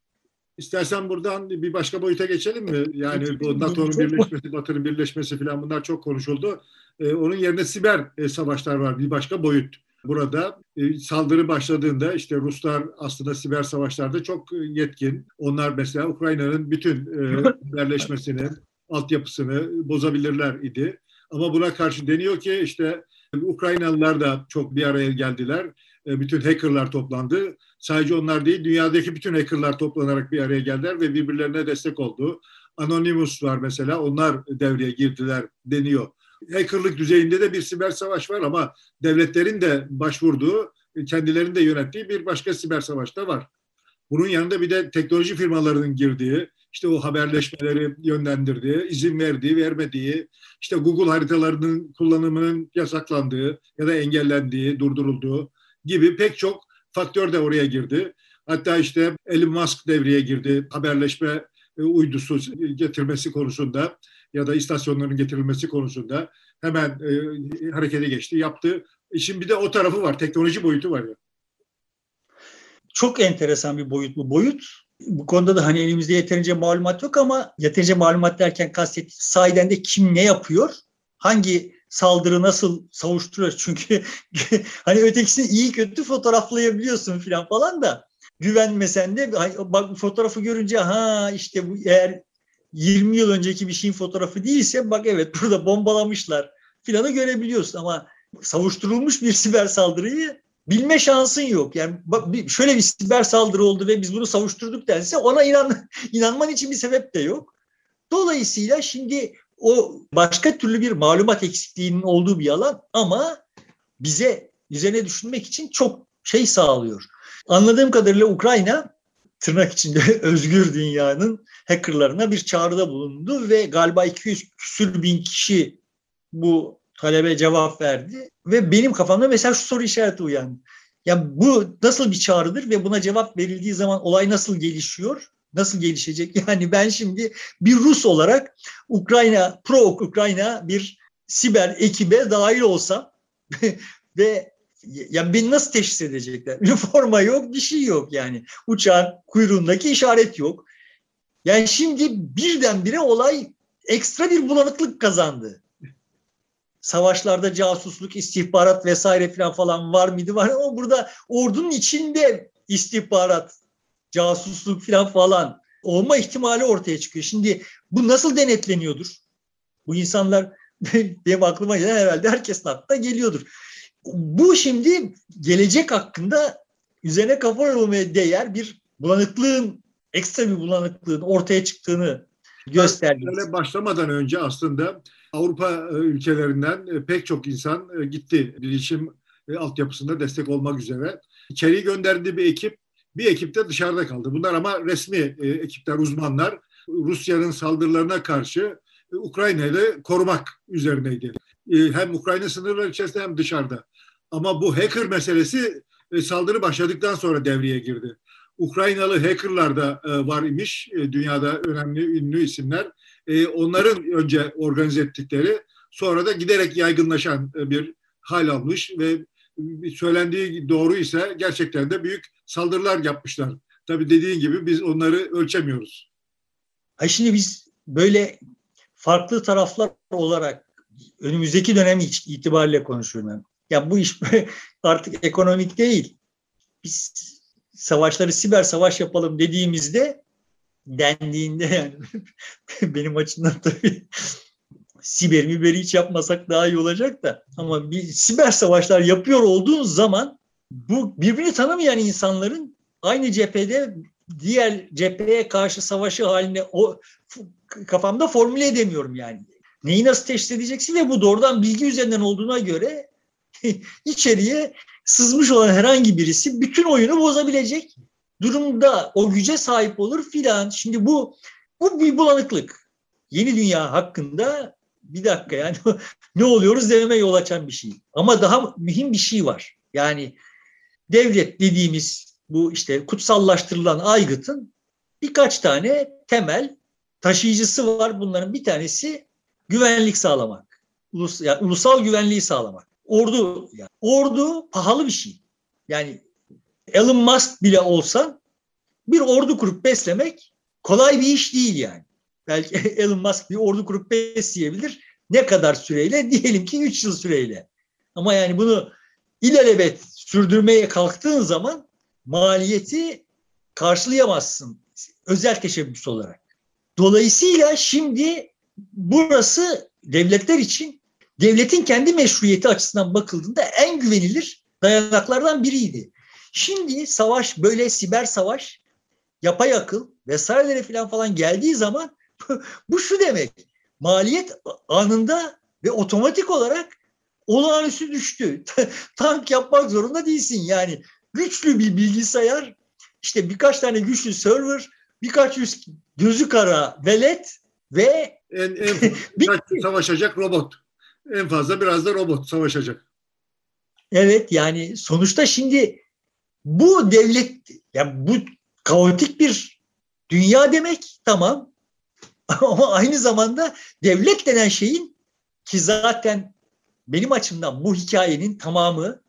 İstersen buradan bir başka boyuta geçelim mi? Yani bu NATO'nun birleşmesi, Batı'nın birleşmesi falan, bunlar çok konuşuldu. Ee, onun yerine siber e, savaşlar var, bir başka boyut. Burada e, saldırı başladığında işte Ruslar aslında siber savaşlarda çok yetkin. Onlar mesela Ukrayna'nın bütün e, haberleşmesini, altyapısını bozabilirler idi. Ama buna karşı deniyor ki işte Ukraynalılar da çok bir araya geldiler. E, bütün hackerlar toplandı. Sadece onlar değil, dünyadaki bütün hackerlar toplanarak bir araya geldiler ve birbirlerine destek oldu. Anonymous var mesela, onlar devreye girdiler deniyor. Hackerlık düzeyinde de bir siber savaş var ama devletlerin de başvurduğu, kendilerinin de yönettiği bir başka siber savaş da var. Bunun yanında bir de teknoloji firmalarının girdiği, işte o haberleşmeleri yönlendirdiği, izin verdiği, vermediği, işte Google haritalarının kullanımının yasaklandığı ya da engellendiği, durdurulduğu gibi pek çok faktör de oraya girdi. Hatta işte Elon Musk devreye girdi, haberleşme uydusu getirmesi konusunda ya da istasyonların getirilmesi konusunda hemen e, harekete geçti, yaptı. İşin bir de o tarafı var, teknoloji boyutu var ya. Çok enteresan bir boyut bu boyut. Bu konuda da hani elimizde yeterince malumat yok ama yeterince malumat derken kastettiğim sahiden de kim ne yapıyor, hangi saldırı nasıl savuşturuyor. Çünkü hani ötekisini iyi kötü fotoğraflayabiliyorsun falan falan da güvenmesen de bak, fotoğrafı görünce ha işte bu eğer yirmi yıl önceki bir şeyin fotoğrafı değilse bak evet burada bombalamışlar filanı görebiliyorsun ama savuşturulmuş bir siber saldırıyı bilme şansın yok. Yani şöyle bir siber saldırı oldu ve biz bunu savuşturduk dense ona inan, inanman için bir sebep de yok. Dolayısıyla şimdi o başka türlü bir malumat eksikliğinin olduğu bir alan ama bize üzerine düşünmek için çok şey sağlıyor. Anladığım kadarıyla Ukrayna tırnak içinde özgür dünyanın hackerlarına bir çağrıda bulundu ve galiba iki yüz küsür bin kişi bu talebe cevap verdi ve benim kafamda mesela şu soru işareti uyandı. Ya bu nasıl bir çağrıdır ve buna cevap verildiği zaman olay nasıl gelişiyor? Nasıl gelişecek? Yani ben şimdi bir Rus olarak Ukrayna, pro-Ukrayna bir siber ekibe dahil olsam ve yani beni nasıl teşhis edecekler? Üniforma yok, bir şey yok yani. Uçağın kuyruğundaki işaret yok. Yani şimdi birdenbire olay ekstra bir bulanıklık kazandı. Savaşlarda casusluk, istihbarat vesaire falan falan var mıydı? Var ama burada ordunun içinde istihbarat, casusluk falan falan olma ihtimali ortaya çıkıyor. Şimdi bu nasıl denetleniyordur? Bu insanlar benim aklıma gelen herhalde herkesin aklına geliyordur. Bu şimdi gelecek hakkında üzerine kafa yorulmaya değer bir bulanıklığın, ekstra bir bulanıklığın ortaya çıktığını gösterdi. Böyle başlamadan önce aslında Avrupa ülkelerinden pek çok insan gitti bilişim altyapısında destek olmak üzere. İçeriye gönderdiği bir ekip, bir ekip de dışarıda kaldı. Bunlar ama resmi ekipler, uzmanlar. Rusya'nın saldırılarına karşı Ukrayna'yı korumak üzerineydi. Hem Ukrayna sınırları içerisinde hem dışarıda. Ama bu hacker meselesi saldırı başladıktan sonra devreye girdi. Ukraynalı hackerlar da var imiş. Dünyada önemli, ünlü isimler. Onların önce organize ettikleri, sonra da giderek yaygınlaşan bir hal almış ve söylendiği doğru ise gerçekten de büyük saldırılar yapmışlar. Tabii dediğin gibi biz onları ölçemiyoruz. Ha şimdi biz böyle farklı taraflar olarak önümüzdeki dönem itibariyle konuşuyorum. Yani. Ya bu iş artık ekonomik değil. Biz savaşları siber savaş yapalım dediğimizde dendiğinde yani benim açımdan tabii siber miberi hiç yapmasak daha iyi olacak da ama bir siber savaşlar yapıyor olduğun zaman bu birbirini tanımayan insanların aynı cephede diğer cepheye karşı savaşı haline o kafamda formüle edemiyorum yani. Neyi nasıl teşhis edeceksin ve bu doğrudan bilgi üzerinden olduğuna göre içeriye sızmış olan herhangi birisi bütün oyunu bozabilecek durumda o güce sahip olur filan. Şimdi bu bu bir bulanıklık. Yeni dünya hakkında bir dakika yani ne oluyoruz dememe yol açan bir şey. Ama daha mühim bir şey var. Yani devlet dediğimiz bu işte kutsallaştırılan aygıtın birkaç tane temel taşıyıcısı var. Bunların bir tanesi güvenlik sağlamak. Ulus, yani ulusal güvenliği sağlamak. Ordu. Yani. Ordu pahalı bir şey. Yani Elon Musk bile olsa bir ordu kurup beslemek kolay bir iş değil yani. Belki Elon Musk bir ordu kurup besleyebilir. Ne kadar süreyle? Diyelim ki üç yıl süreyle. Ama yani bunu ilelebet sürdürmeye kalktığın zaman maliyeti karşılayamazsın özel teşebbüs olarak. Dolayısıyla şimdi burası devletler için devletin kendi meşruiyeti açısından bakıldığında en güvenilir dayanaklardan biriydi. Şimdi savaş böyle siber savaş, yapay akıl vesairelere falan falan geldiği zaman bu şu demek. Maliyet anında ve otomatik olarak olağanüstü düştü. Tank yapmak zorunda değilsin. Yani güçlü bir bilgisayar, işte birkaç tane güçlü server, birkaç yüz gözü kara velet ve en, en fazla savaşacak robot. En fazla biraz da robot savaşacak. Evet yani sonuçta şimdi bu devlet, yani bu kaotik bir dünya demek tamam ama aynı zamanda devlet denen şeyin ki zaten benim açımdan bu hikayenin tamamı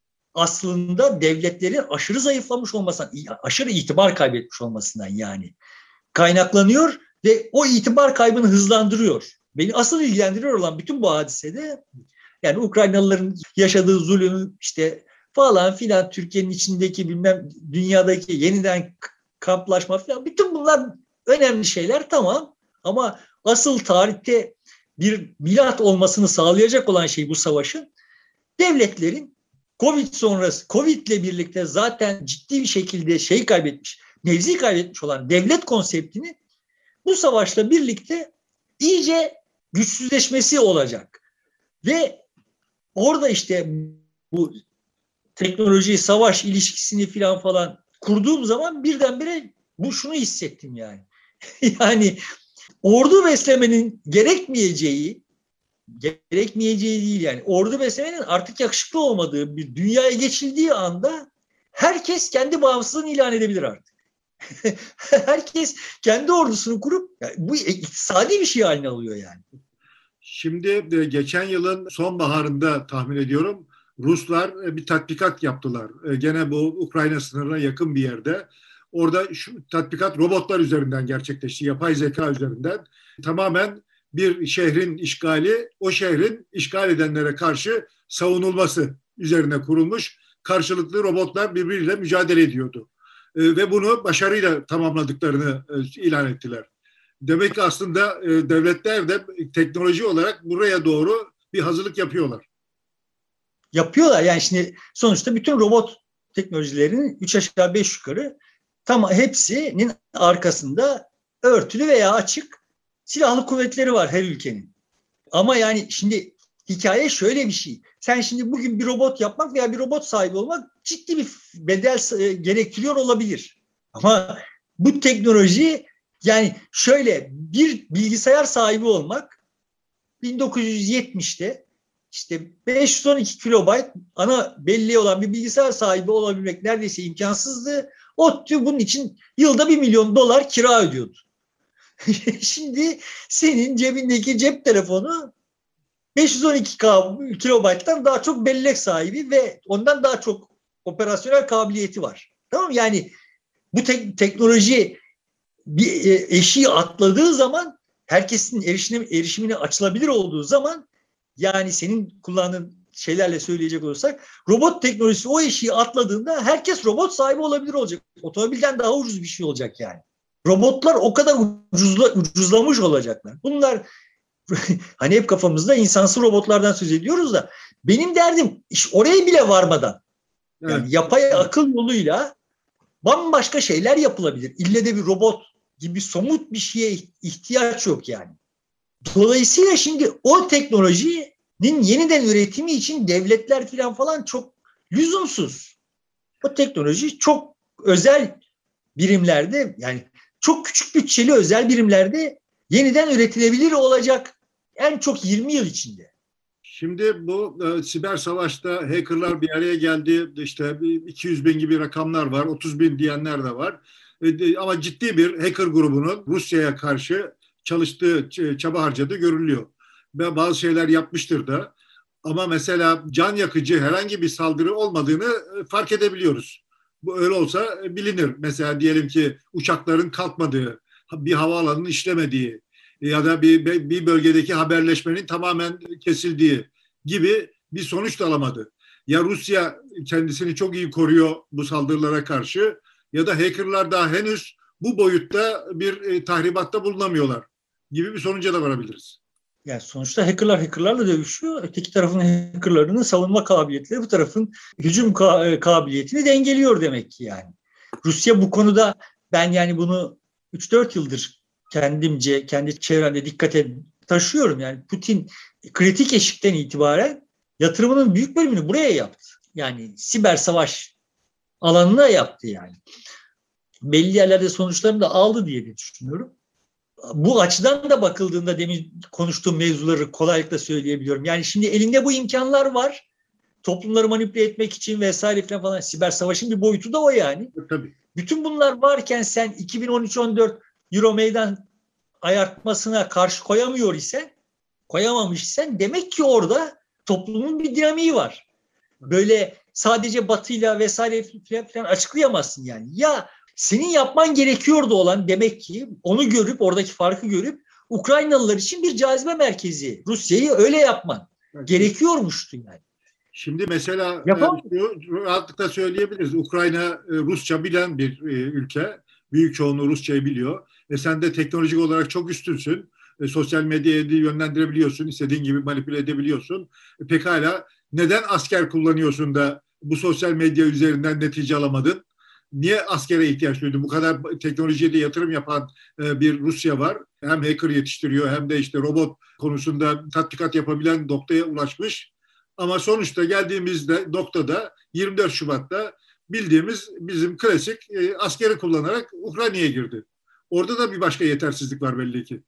aslında devletlerin aşırı zayıflamış olmasından, aşırı itibar kaybetmiş olmasından yani kaynaklanıyor ve o itibar kaybını hızlandırıyor. Beni asıl ilgilendiriyor olan bütün bu hadisede yani Ukraynalıların yaşadığı zulüm işte falan filan Türkiye'nin içindeki bilmem dünyadaki yeniden kamplaşma falan bütün bunlar önemli şeyler tamam ama asıl tarihte bir milat olmasını sağlayacak olan şey bu savaşın devletlerin Covid sonrası, Covid ile birlikte zaten ciddi bir şekilde şey kaybetmiş, nevzi kaybetmiş olan devlet konseptini bu savaşla birlikte iyice güçsüzleşmesi olacak. Ve orada işte bu teknoloji, savaş ilişkisini falan falan kurduğum zaman birdenbire bu şunu hissettim yani. Yani ordu beslemenin gerekmeyeceği, gerekmeyeceği değil yani. Ordu beslemenin artık yakışıklı olmadığı bir dünyaya geçildiği anda herkes kendi bağımsızlığını ilan edebilir artık. Herkes kendi ordusunu kurup yani bu iktisadi bir şey haline alıyor yani. Şimdi geçen yılın sonbaharında tahmin ediyorum Ruslar bir tatbikat yaptılar. Gene bu Ukrayna sınırına yakın bir yerde. Orada şu tatbikat robotlar üzerinden gerçekleşti. Yapay zeka üzerinden. Tamamen bir şehrin işgali, o şehrin işgal edenlere karşı savunulması üzerine kurulmuş. Karşılıklı robotlar birbiriyle mücadele ediyordu. Ve bunu başarıyla tamamladıklarını ilan ettiler. Demek ki aslında devletler de teknoloji olarak buraya doğru bir hazırlık yapıyorlar. Yapıyorlar yani şimdi sonuçta bütün robot teknolojilerinin üç aşağı beş yukarı tam hepsinin arkasında örtülü veya açık silahlı kuvvetleri var her ülkenin. Ama yani şimdi hikaye şöyle bir şey. Sen şimdi bugün bir robot yapmak veya bir robot sahibi olmak ciddi bir bedel gerektiriyor olabilir. Ama bu teknoloji yani şöyle bir bilgisayar sahibi olmak bin dokuz yüz yetmişte işte beş yüz on iki kilobayt ana belleği olan bir bilgisayar sahibi olabilmek neredeyse imkansızdı. ODTÜ bunun için yılda bir milyon dolar kira ödüyordu. Şimdi senin cebindeki cep telefonu beş yüz on iki kilobayttan daha çok bellek sahibi ve ondan daha çok operasyonel kabiliyeti var. Tamam mı? Yani bu te- teknoloji bir eşiği atladığı zaman herkesin erişimine, erişimine açılabilir olduğu zaman yani senin kullandığın şeylerle söyleyecek olursak robot teknolojisi o eşiği atladığında herkes robot sahibi olabilir olacak. Otomobilden daha ucuz bir şey olacak yani. Robotlar o kadar ucuzla, ucuzlamış olacaklar. Bunlar hani hep kafamızda insansız robotlardan söz ediyoruz da benim derdim iş oraya bile varmadan yani evet. Yapay akıl yoluyla bambaşka şeyler yapılabilir. İlle de bir robot gibi somut bir şeye ihtiyaç yok yani. Dolayısıyla şimdi o teknolojinin yeniden üretimi için devletler falan falan çok lüzumsuz. O teknoloji çok özel birimlerde yani çok küçük bütçeli özel birimlerde yeniden üretilebilir olacak en çok yirmi yıl içinde. Şimdi bu e, siber savaşta hackerlar bir araya geldi. İşte iki yüz bin gibi rakamlar var. otuz bin diyenler de var. E, ama ciddi bir hacker grubunun Rusya'ya karşı çalıştığı, çaba harcadığı görülüyor. Ve bazı şeyler yapmıştır da. Ama mesela can yakıcı herhangi bir saldırı olmadığını fark edebiliyoruz. Bu öyle olsa bilinir. Mesela diyelim ki uçakların kalkmadığı, bir havaalanının işlemediği ya da bir, bir bölgedeki haberleşmenin tamamen kesildiği gibi bir sonuç da alamadı. Ya Rusya kendisini çok iyi koruyor bu saldırılara karşı ya da hackerlar daha henüz bu boyutta bir e, tahribatta bulunamıyorlar gibi bir sonuca da varabiliriz. Yani sonuçta hackerlar hackerlarla dövüşüyor. Öteki tarafın hackerlarının savunma kabiliyetleri bu tarafın hücum kabiliyetini dengeliyor demek ki yani. Rusya bu konuda ben yani bunu üç dört yıldır kendimce, kendi çevremde dikkate taşıyorum. Yani Putin kritik eşikten itibaren yatırımının büyük bölümünü buraya yaptı. Yani siber savaş alanına yaptı yani. Belli yerlerde sonuçlarını da aldı diye düşünüyorum. Bu açıdan da bakıldığında demin konuştuğum mevzuları kolaylıkla söyleyebiliyorum. Yani şimdi elinde bu imkanlar var. Toplumları manipüle etmek için vesaire falan falan. Siber savaşın bir boyutu da o yani. Tabii. Bütün bunlar varken sen iki bin on üç on dört Euro meydan ayartmasına karşı koyamıyor isen, koyamamış isen demek ki orada toplumun bir dinamiği var. Böyle sadece Batı'yla vesaire falan açıklayamazsın yani. Ya senin yapman gerekiyordu olan demek ki onu görüp oradaki farkı görüp Ukraynalılar için bir cazibe merkezi. Rusya'yı öyle yapman evet. Gerekiyormuştu yani. Şimdi mesela e, rahatlıkla söyleyebiliriz. Ukrayna e, Rusça bilen bir e, ülke. Büyük çoğunluğu Rusçayı biliyor. E, sen de teknolojik olarak çok üstünsün. E, sosyal medyayı yönlendirebiliyorsun. İstediğin gibi manipüle edebiliyorsun. E, pekala neden asker kullanıyorsun da bu sosyal medya üzerinden netice alamadın? Niye askere ihtiyaç duydun? Bu kadar teknolojiye de yatırım yapan e, bir Rusya var. Hem hacker yetiştiriyor hem de işte robot konusunda tatbikat yapabilen noktaya ulaşmış. Ama sonuçta geldiğimizde noktada yirmi dört Şubat'ta bildiğimiz bizim klasik e, askeri kullanarak Ukrayna'ya girdi. Orada da bir başka yetersizlik var belli ki.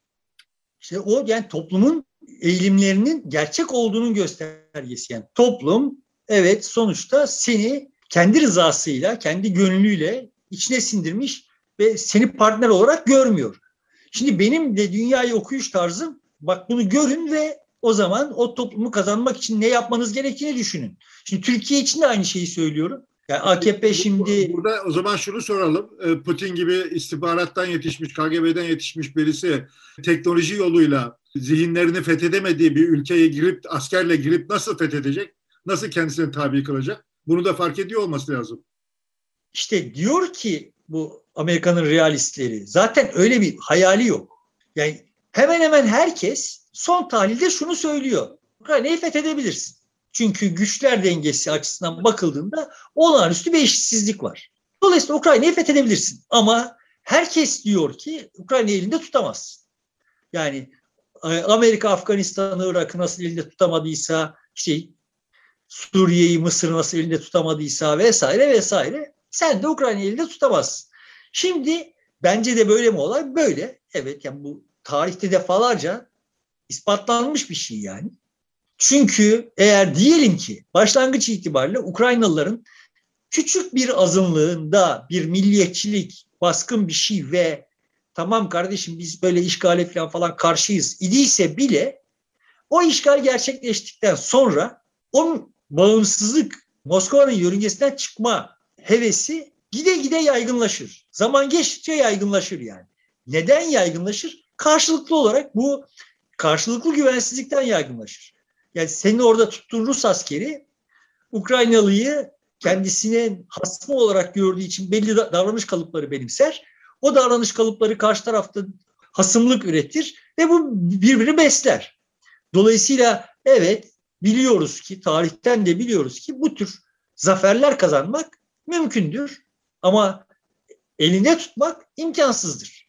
İşte o yani toplumun eğilimlerinin gerçek olduğunun göstergesi. Yani toplum evet sonuçta seni kendi rızasıyla, kendi gönlüyle içine sindirmiş ve seni partner olarak görmüyor. Şimdi benim de dünyayı okuyuş tarzım bak bunu görün ve o zaman o toplumu kazanmak için ne yapmanız gerektiğini düşünün. Şimdi Türkiye için de aynı şeyi söylüyorum. Yani A K P şimdi... Burada o zaman şunu soralım. Putin gibi istihbarattan yetişmiş, K G B'den yetişmiş birisi teknoloji yoluyla zihinlerini fethedemediği bir ülkeye girip, askerle girip nasıl fethedecek? Nasıl kendisini tabi kılacak? Bunu da fark ediyor olması lazım. İşte diyor ki bu Amerika'nın realistleri zaten öyle bir hayali yok. Yani hemen hemen herkes son tahlilde şunu söylüyor. Ukrayna'yı fethedebilirsin. Çünkü güçler dengesi açısından bakıldığında olağanüstü bir eşitsizlik var. Dolayısıyla Ukrayna'yı fethedebilirsin. Ama herkes diyor ki Ukrayna'yı elinde tutamazsın. Yani Amerika Afganistan'ı, Irak'ı nasıl elinde tutamadıysa, işte Suriye'yi, Mısır'ı nasıl elinde tutamadıysa vesaire vesaire sen de Ukrayna'yı elinde tutamazsın. Şimdi bence de böyle mi olay? Böyle. Evet yani bu tarihte defalarca ispatlanmış bir şey yani. Çünkü eğer diyelim ki başlangıç itibariyle Ukraynalıların küçük bir azınlığında bir milliyetçilik, baskın bir şey ve tamam kardeşim biz böyle işgale falan falan karşıyız idiyse bile o işgal gerçekleştikten sonra o bağımsızlık Moskova'nın yörüngesinden çıkma hevesi gide gide yaygınlaşır. Zaman geçtikçe yaygınlaşır yani. Neden yaygınlaşır? Karşılıklı olarak bu karşılıklı güvensizlikten yaygınlaşır. Yani senin orada tuttuğun Rus askeri Ukraynalıyı kendisine hasmı olarak gördüğü için belli davranış kalıpları benimser. O davranış kalıpları karşı tarafta hasımlık üretir ve bu birbirini besler. Dolayısıyla evet, biliyoruz ki, tarihten de biliyoruz ki bu tür zaferler kazanmak mümkündür ama elinde tutmak imkansızdır.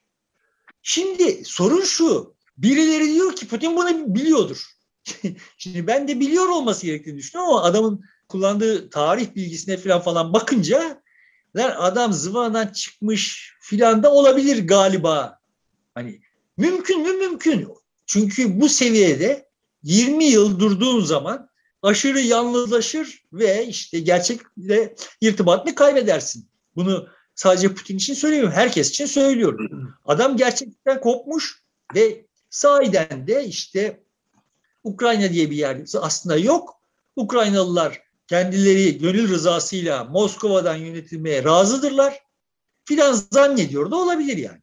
Şimdi sorun şu, birileri diyor ki Putin bunu biliyordur. Şimdi ben de biliyor olması gerektiğini düşünüyorum ama adamın kullandığı tarih bilgisine falan falan bakınca adam zıvanadan çıkmış filan da olabilir galiba. Hani mümkün mü? Mümkün. Çünkü bu seviyede yirmi yıl durduğun zaman aşırı yalnızlaşır ve işte gerçekle irtibatını kaybedersin. Bunu sadece Putin için söylemiyorum, herkes için söylüyorum. Adam gerçekten kopmuş ve sahiden de işte Ukrayna diye bir yer aslında yok. Ukraynalılar kendileri gönül rızasıyla Moskova'dan yönetilmeye razıdırlar filan zannediyor da olabilir yani.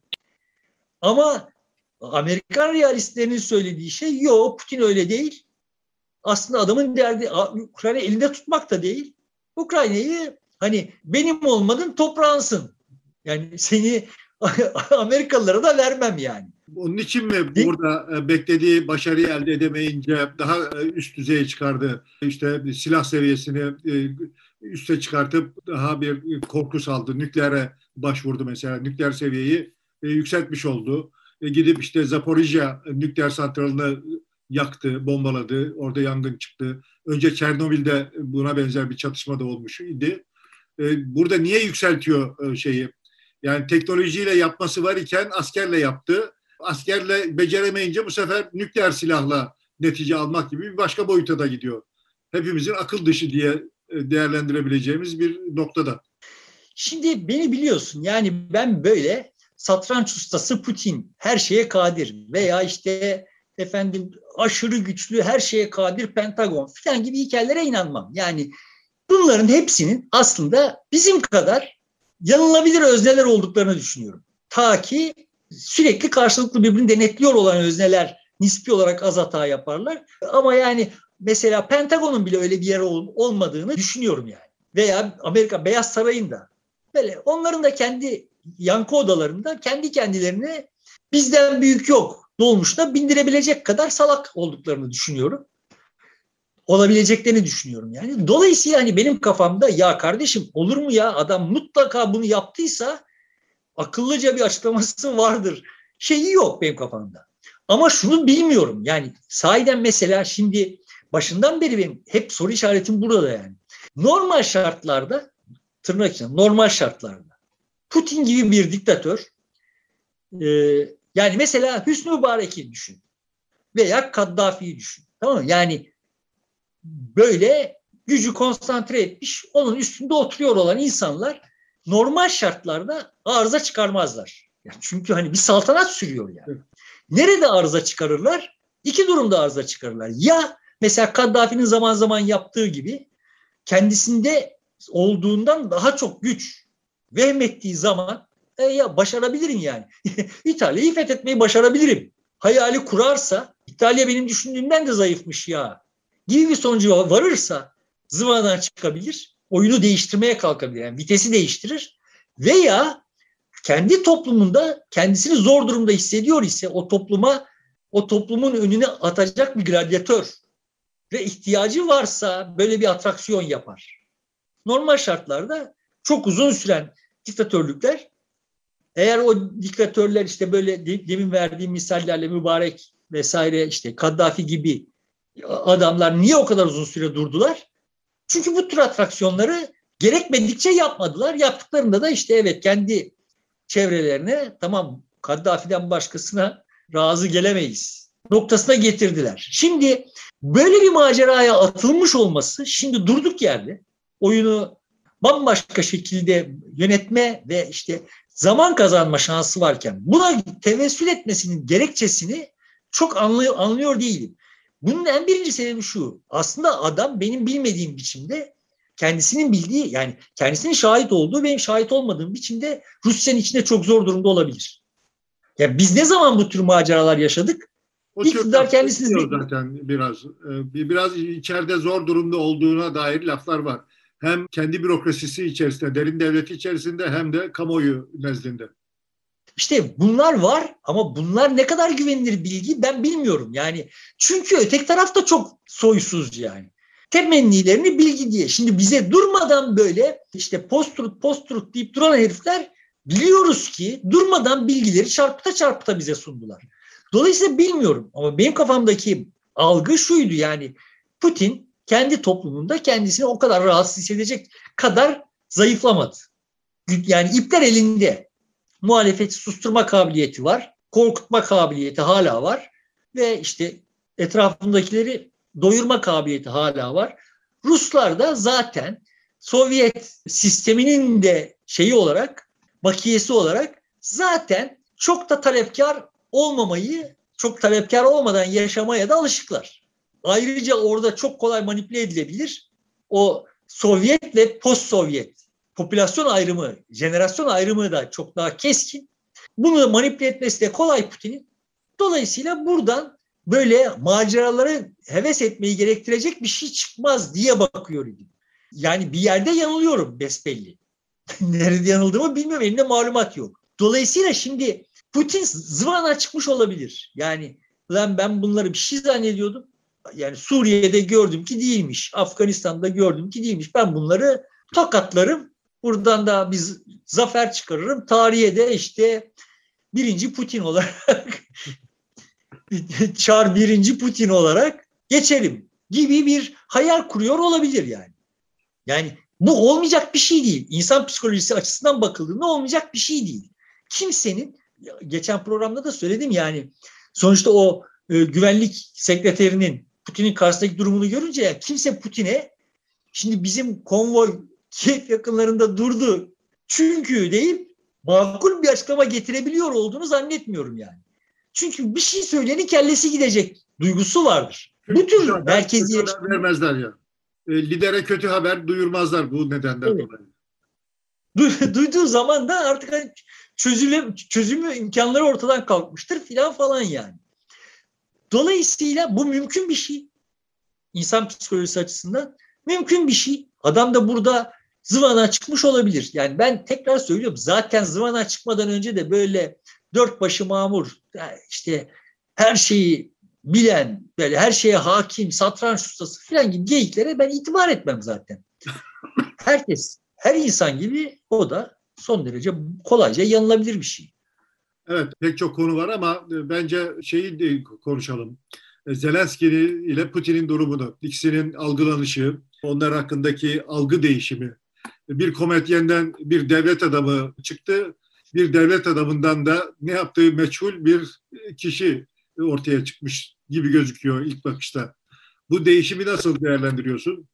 Ama Amerikan realistlerinin söylediği şey yok, Putin öyle değil. Aslında adamın derdi Ukrayna elinde tutmak da değil. Ukrayna'yı hani benim olmadın toprağınsın. Yani seni Amerikalılara da vermem yani. Onun için mi burada beklediği başarıyı elde edemeyince daha üst düzeye çıkardı? İşte silah seviyesini üste çıkartıp daha bir korku saldı. Nükleere başvurdu mesela. Nükleer seviyeyi yükseltmiş oldu. Gidip işte Zaporijya nükleer santralını yaktı, bombaladı. Orada yangın çıktı. Önce Çernobil'de buna benzer bir çatışma da olmuş idi. Burada niye yükseltiyor şeyi? Yani teknolojiyle yapması var iken askerle yaptı. Askerle beceremeyince bu sefer nükleer silahla netice almak gibi bir başka boyuta da gidiyor. Hepimizin akıl dışı diye değerlendirebileceğimiz bir noktada. Şimdi beni biliyorsun, yani ben böyle satranç ustası Putin, her şeye kadir veya işte efendim aşırı güçlü, her şeye kadir Pentagon falan gibi hikayelere inanmam. Yani bunların hepsinin aslında bizim kadar yanılabilir özneler olduklarını düşünüyorum. Ta ki sürekli karşılıklı birbirini denetliyor olan özneler nispi olarak az hata yaparlar. Ama yani mesela Pentagon'un bile öyle bir yer olmadığını düşünüyorum yani. Veya Amerika Beyaz Saray'ın da. Böyle onların da kendi yankı odalarında kendi kendilerine bizden büyük yok dolmuşta bindirebilecek kadar salak olduklarını düşünüyorum. Olabileceklerini düşünüyorum yani. Dolayısıyla hani benim kafamda ya kardeşim olur mu ya, adam mutlaka bunu yaptıysa akıllıca bir açıklaması vardır şeyi yok benim kafamda. Ama şunu bilmiyorum yani sahiden mesela şimdi başından beri benim hep soru işaretim burada yani. Normal şartlarda, tırnak içinde normal şartlarda Putin gibi bir diktatör e, yani mesela Hüsnü Mübarek'i düşün veya Kaddafi'yi düşün, tamam mı? Yani böyle gücü konsantre etmiş, onun üstünde oturuyor olan insanlar normal şartlarda arıza çıkarmazlar. Yani çünkü hani bir saltanat sürüyor yani. Nerede arıza çıkarırlar? İki durumda arıza çıkarırlar. Ya mesela Kaddafi'nin zaman zaman yaptığı gibi kendisinde olduğundan daha çok güç vehmettiği zaman e ya başarabilirim yani. İtalya'yı fethetmeyi başarabilirim. Hayali kurarsa İtalya benim düşündüğümden de zayıfmış ya gibi bir sonuca varırsa zıvanadan çıkabilir. Oyunu değiştirmeye kalkabilir. Yani vitesi değiştirir. Veya kendi toplumunda kendisini zor durumda hissediyor ise o topluma, o toplumun önüne atacak bir gladyatör ve ihtiyacı varsa böyle bir atraksiyon yapar. Normal şartlarda çok uzun süren diktatörlükler, eğer o diktatörler işte böyle demin verdiğim misallerle Mübarek vesaire işte Kaddafi gibi adamlar niye o kadar uzun süre durdular? Çünkü bu tür atraksiyonları gerekmedikçe yapmadılar. Yaptıklarında da işte evet kendi çevrelerine tamam Kaddafi'den başkasına razı gelemeyiz noktasına getirdiler. Şimdi böyle bir maceraya atılmış olması şimdi durduk yerde oyunu bambaşka şekilde yönetme ve işte zaman kazanma şansı varken buna tevessül etmesinin gerekçesini çok anlıyor, anlıyor değilim. Bunun en birinci sebebi şu. Aslında adam benim bilmediğim biçimde kendisinin bildiği yani kendisinin şahit olduğu benim şahit olmadığım biçimde Rusya'nın içinde çok zor durumda olabilir. Yani biz ne zaman bu tür maceralar yaşadık? O İktidar kendisini zaten biraz biraz içeride zor durumda olduğuna dair laflar var. Hem kendi bürokrasisi içerisinde, derin devleti içerisinde hem de kamuoyu nezdinde. İşte bunlar var ama bunlar ne kadar güvenilir bilgi ben bilmiyorum. Yani çünkü öteki taraf da çok soysuz yani. Temennilerini bilgi diye. Şimdi bize durmadan böyle işte post-truth post-truth deyip duran herifler biliyoruz ki durmadan bilgileri çarpıta çarpıta bize sundular. Dolayısıyla bilmiyorum ama benim kafamdaki algı şuydu yani Putin kendi toplumunda kendisini o kadar rahatsız hissedecek kadar zayıflamadı. Yani ipler elinde. Muhalefeti susturma kabiliyeti var. Korkutma kabiliyeti hala var. Ve işte etrafındakileri doyurma kabiliyeti hala var. Ruslar da zaten Sovyet sisteminin de şeyi olarak, bakiyesi olarak zaten çok da talepkar olmamayı, çok talepkar olmadan yaşamaya da alışıklar. Ayrıca orada çok kolay manipüle edilebilir. O Sovyet ve post-Sovyet popülasyon ayrımı, jenerasyon ayrımı da çok daha keskin. Bunu da manipüle etmesi de kolay Putin'in. Dolayısıyla buradan böyle maceraları heves etmeyi gerektirecek bir şey çıkmaz diye bakıyor idim. Yani bir yerde yanılıyorum besbelli. Nerede yanıldığımı bilmiyorum. Elimde malumat yok. Dolayısıyla şimdi Putin zıvana çıkmış olabilir. Yani lan ben bunları bir şey zannediyordum. Yani Suriye'de gördüm ki değilmiş. Afganistan'da gördüm ki değilmiş. Ben bunları tokatlarım. Buradan da biz zafer çıkarırım. Tarihe de işte birinci Putin olarak Çar birinci Putin olarak geçelim gibi bir hayal kuruyor olabilir yani. Yani bu olmayacak bir şey değil. İnsan psikolojisi açısından bakıldığında olmayacak bir şey değil. Kimsenin, geçen programda da söyledim yani, sonuçta o e, güvenlik sekreterinin Putin'in karşısındaki durumunu görünce ya, kimse Putin'e şimdi bizim konvoy Kiev yakınlarında durdu çünkü deyip makul bir açıklama getirebiliyor olduğunu zannetmiyorum yani. Çünkü bir şey söyleyenin kellesi gidecek duygusu vardır. Bu tür merkezi vermezler ya. E, lidere kötü haber duyurmazlar bu nedenden evet. dolayı. Duyduğu zaman da artık hani çözüle, çözümü imkanları ortadan kalkmıştır filan falan yani. Dolayısıyla bu mümkün bir şey. İnsan psikolojisi açısından mümkün bir şey. Adam da burada zıvana çıkmış olabilir. Yani ben tekrar söylüyorum, zaten zıvana çıkmadan önce de böyle dört başı mamur, işte her şeyi bilen, böyle her şeye hakim, satranç ustası falan gibi geyiklere ben itibar etmem zaten. Herkes, her insan gibi o da son derece kolayca yanılabilir bir şey. Evet, pek çok konu var ama bence şeyi de konuşalım. Zelenski ile Putin'in durumunu, ikisinin algılanışı, onlar hakkındaki algı değişimi. Bir komedyenden bir devlet adamı çıktı, bir devlet adamından da ne yaptığı meçhul bir kişi ortaya çıkmış gibi gözüküyor ilk bakışta. Bu değişimi nasıl değerlendiriyorsun?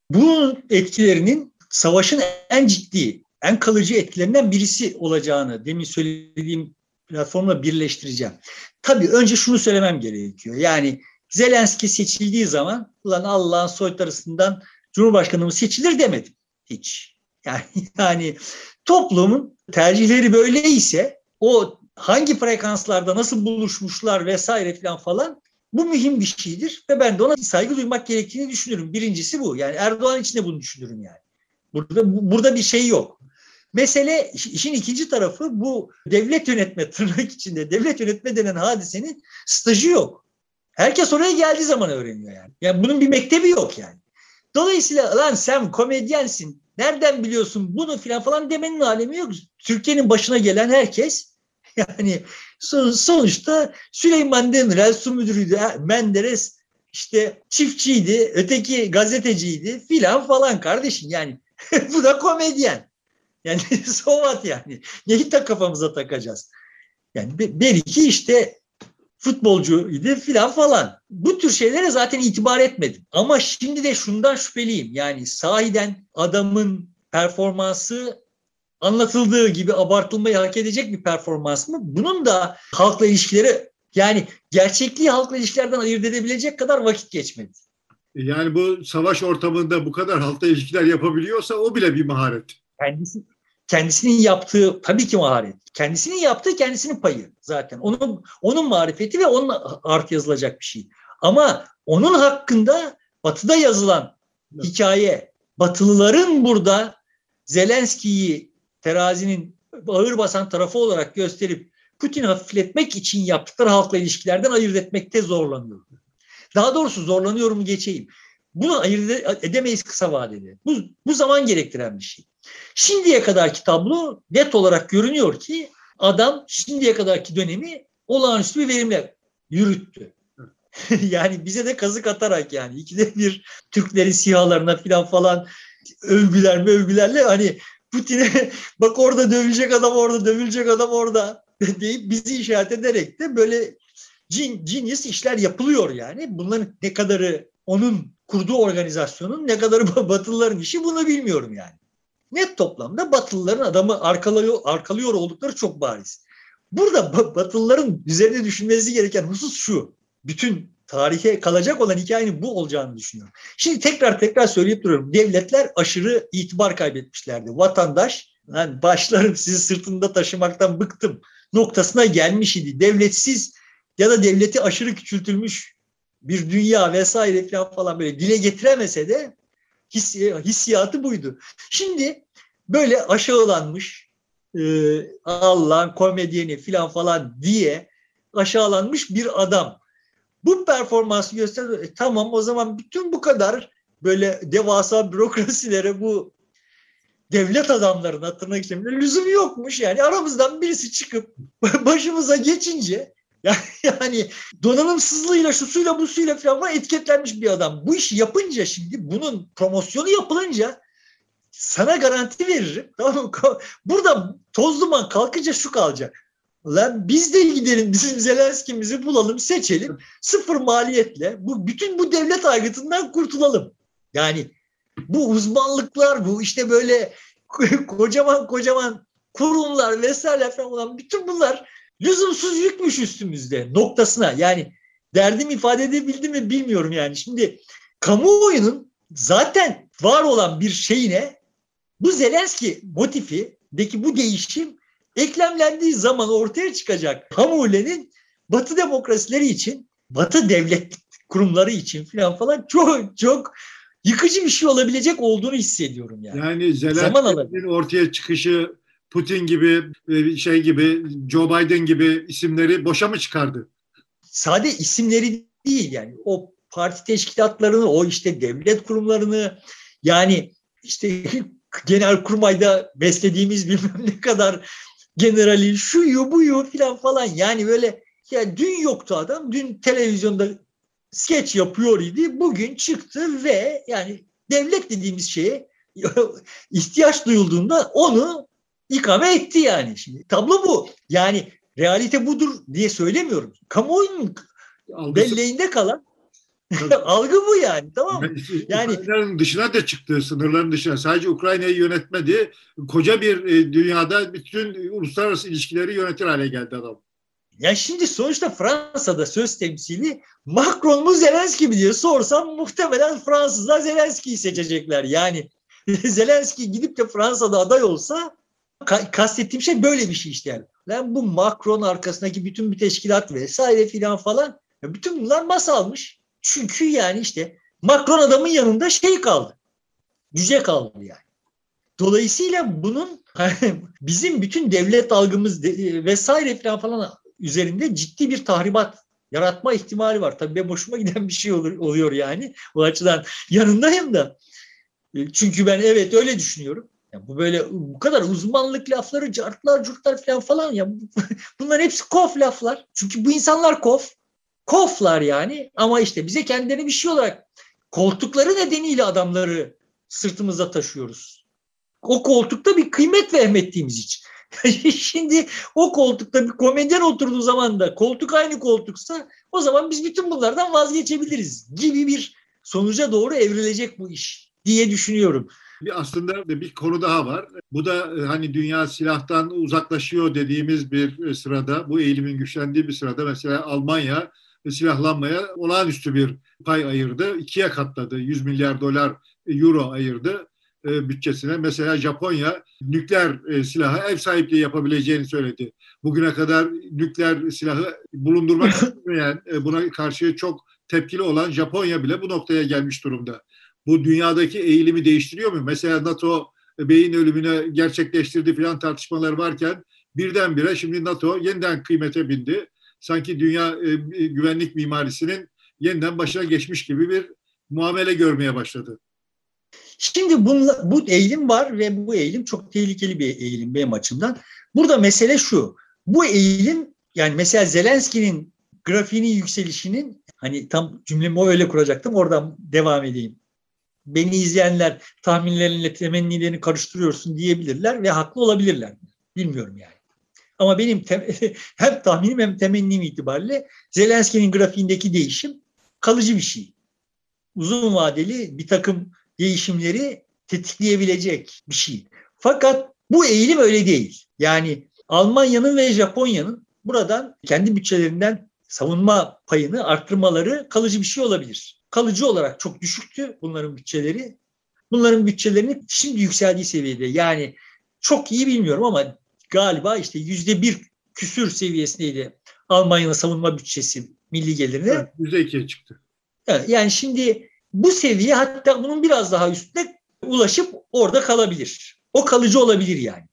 Bu etkilerinin savaşın en ciddi, en kalıcı etkilerinden birisi olacağını demin söylediğim platformla birleştireceğim. Tabii önce şunu söylemem gerekiyor. Yani Zelenski seçildiği zaman ulan Allah'ın soytarısından Cumhurbaşkanımız seçilir demedim hiç. Yani, yani toplumun tercihleri böyleyse o hangi frekanslarda nasıl buluşmuşlar vesaire falan falan bu mühim bir şeydir ve ben de ona saygı duymak gerektiğini düşünürüm. Birincisi bu. Yani Erdoğan için de bunu düşünürüm yani. Burada, burada bir şey yok. Mesele, işin ikinci tarafı, bu devlet yönetme, tırnak içinde devlet yönetme denen hadisenin stajı yok. Herkes oraya geldiği zaman öğreniyor yani. Yani bunun bir mektebi yok yani. Dolayısıyla lan sen komedyensin, nereden biliyorsun bunu filan falan demenin alemi yok. Türkiye'nin başına gelen herkes yani sonuçta Süleyman Demirel su müdürüydü, Menderes işte çiftçiydi, öteki gazeteciydi filan falan kardeşim yani. Bu da komedyen. Yani sovat yani. Neyi tak kafamıza takacağız? Yani belki işte futbolcuydu filan falan. Bu tür şeylere zaten itibar etmedim. Ama şimdi de şundan şüpheliyim. Yani sahiden adamın performansı anlatıldığı gibi abartılmayı hak edecek bir performans mı? Bunun da halkla ilişkileri, yani gerçekliği halkla ilişkilerden ayırt edebilecek kadar vakit geçmedi. Yani bu savaş ortamında bu kadar halkla ilişkiler yapabiliyorsa o bile bir maharet. Kendisi kendisinin yaptığı tabii ki maharet. Kendisinin yaptığı kendisinin payı zaten. Onun onun marifeti ve onun artı yazılacak bir şey. Ama onun hakkında Batı'da yazılan hikaye, Batılıların burada Zelenski'yi terazinin ağır basan tarafı olarak gösterip Putin'i hafifletmek için yaptıkları halkla ilişkilerden ayırt etmekte zorlanıyor. Daha doğrusu zorlanıyorum geçeyim. Bunu ayırt edemeyiz kısa vadede. Bu, bu zaman gerektiren bir şey. Şimdiye kadarki tablo net olarak görünüyor ki adam şimdiye kadarki dönemi olağanüstü bir verimle yürüttü. Yani bize de kazık atarak yani ikide bir Türklerin sihalarına falan falan övgüler mövgülerle hani Putin'e bak orada dövülecek adam orada dövülecek adam orada deyip bizi işaret ederek de böyle genius işler yapılıyor yani. Bunların ne kadarı onun kurduğu organizasyonun ne kadarı Batılıların işi bunu bilmiyorum yani. Net toplamda Batılıların adamı arkalıyor, arkalıyor oldukları çok bariz. Burada Batılıların üzerine düşünmesi gereken husus şu. Bütün tarihe kalacak olan hikayenin bu olacağını düşünüyorum. Şimdi tekrar tekrar söyleyip duruyorum. Devletler aşırı itibar kaybetmişlerdi. Vatandaş, yani başlarım sizi sırtında taşımaktan bıktım noktasına gelmiş idi. Devletsiz ya da devleti aşırı küçültülmüş bir dünya vesaire falan falan böyle dile getiremese de hissiyatı buydu. Şimdi böyle aşağılanmış e, Allah'ın komedyeni falan falan diye aşağılanmış bir adam. Bu performansı gösteriyor. E, tamam o zaman bütün bu kadar böyle devasa bürokrasilere bu devlet adamlarına tırnak içinde lüzum yokmuş. Yani aramızdan birisi çıkıp başımıza geçince yani, yani donanımsızlığıyla şusuyla busuyla falan etiketlenmiş bir adam. Bu işi yapınca şimdi bunun promosyonu yapılınca sana garanti veririm. Tamam mı? Burada toz duman kalkınca şu kalacak. Lan biz de gidelim bizim Zelenski'mizi bulalım seçelim. Sıfır maliyetle bu bütün bu devlet aygıtından kurtulalım. Yani bu uzmanlıklar bu işte böyle kocaman kocaman kurumlar vesaire falan olan bütün bunlar lüzumsuz yükmüş üstümüzde noktasına. Yani derdimi ifade edebildim mi bilmiyorum yani. Şimdi kamuoyunun zaten var olan bir şeyine bu Zelenski motifindeki bu değişim eklemlendiği zaman ortaya çıkacak hamulenin Batı demokrasileri için, Batı devlet kurumları için falan falan çok çok yıkıcı bir şey olabilecek olduğunu hissediyorum yani. Yani Zelenski'nin ortaya çıkışı Putin gibi şey gibi Joe Biden gibi isimleri boşa mı çıkardı? Sade isimleri değil yani o parti teşkilatlarını, o işte devlet kurumlarını yani işte Genelkurmay'da beslediğimiz bilmem ne kadar generali şuyu buyu filan falan yani böyle ya dün yoktu adam, dün televizyonda skeç yapıyor idi, bugün çıktı ve yani devlet dediğimiz şeye ihtiyaç duyulduğunda onu ikame etti yani. Şimdi tablo bu. Yani realite budur diye söylemiyorum. Kamuoyunun belleğinde kalan algı bu yani, tamam mı? Yani Ukrayna'nın dışına da çıktı, sınırların dışına. Sadece Ukrayna'yı yönetmedi. Koca bir e, dünyada bütün uluslararası ilişkileri yönetir hale geldi adam. Ya şimdi sonuçta Fransa'da söz temsili Macron mu Zelenski mi diye sorsam muhtemelen Fransızlar Zelenski'yi seçecekler. Yani Zelenski gidip de Fransa'da aday olsa ka- kastettiğim şey böyle bir şey işte yani. Yani bu Macron arkasındaki bütün bir teşkilat vesaire filan falan bütün bunlar masalmış. Çünkü yani işte Macron adamın yanında şey kaldı. Cüce kaldı yani. Dolayısıyla bunun bizim bütün devlet algımız vesaire falan falan üzerinde ciddi bir tahribat yaratma ihtimali var. Tabii benim hoşuma giden bir şey olur, oluyor yani. O açıdan yanındayım da. Çünkü ben evet öyle düşünüyorum. Yani bu böyle bu kadar uzmanlık lafları, cartlar, curtlar falan falan ya bunların hepsi kof laflar. Çünkü bu insanlar kof. Koflar yani ama işte bize kendilerini bir şey olarak koltukları nedeniyle adamları sırtımıza taşıyoruz. O koltukta bir kıymet vehmettiğimiz için. Şimdi o koltukta bir komedyen oturduğu zaman da koltuk aynı koltuksa o zaman biz bütün bunlardan vazgeçebiliriz gibi bir sonuca doğru evrilecek bu iş diye düşünüyorum. Bir aslında bir konu daha var. Bu da hani dünya silahtan uzaklaşıyor dediğimiz bir sırada, bu eğilimin güçlendiği bir sırada mesela Almanya silahlanmaya olağanüstü bir pay ayırdı. İkiye katladı. yüz milyar dolar euro ayırdı. e, bütçesine. Mesela Japonya nükleer e, silahı ev sahipliği yapabileceğini söyledi. Bugüne kadar nükleer silahı bulundurmak istemeyen, e, buna karşı çok tepkili olan Japonya bile bu noktaya gelmiş durumda. Bu dünyadaki eğilimi değiştiriyor mu? Mesela NATO beyin ölümünü gerçekleştirdi filan tartışmalar varken birdenbire şimdi NATO yeniden kıymete bindi. Sanki dünya e, güvenlik mimarisinin yeniden başına geçmiş gibi bir muamele görmeye başladı. Şimdi bunla, bu eğilim var ve bu eğilim çok tehlikeli bir eğilim benim açımdan. Burada mesele şu. Bu eğilim, yani mesela Zelenski'nin grafiğinin yükselişinin, hani tam cümlemi öyle kuracaktım, oradan devam edeyim. Beni izleyenler tahminlerinle temennilerini karıştırıyorsun diyebilirler ve haklı olabilirler. Bilmiyorum yani. Ama benim te- hem tahminim hem temennim itibariyle Zelenski'nin grafiğindeki değişim kalıcı bir şey. Uzun vadeli bir takım değişimleri tetikleyebilecek bir şey. Fakat bu eğilim öyle değil. Yani Almanya'nın ve Japonya'nın buradan kendi bütçelerinden savunma payını arttırmaları kalıcı bir şey olabilir. Kalıcı olarak çok düşüktü bunların bütçeleri. Bunların bütçelerinin şimdi yükseldiği seviyede. Yani çok iyi bilmiyorum ama galiba işte yüzde bir küsür seviyesindeydi Almanya'nın savunma bütçesi milli gelirine. Evet, yüzde ikiye çıktı. Yani şimdi bu seviye, hatta bunun biraz daha üstüne ulaşıp orada kalabilir. O kalıcı olabilir yani.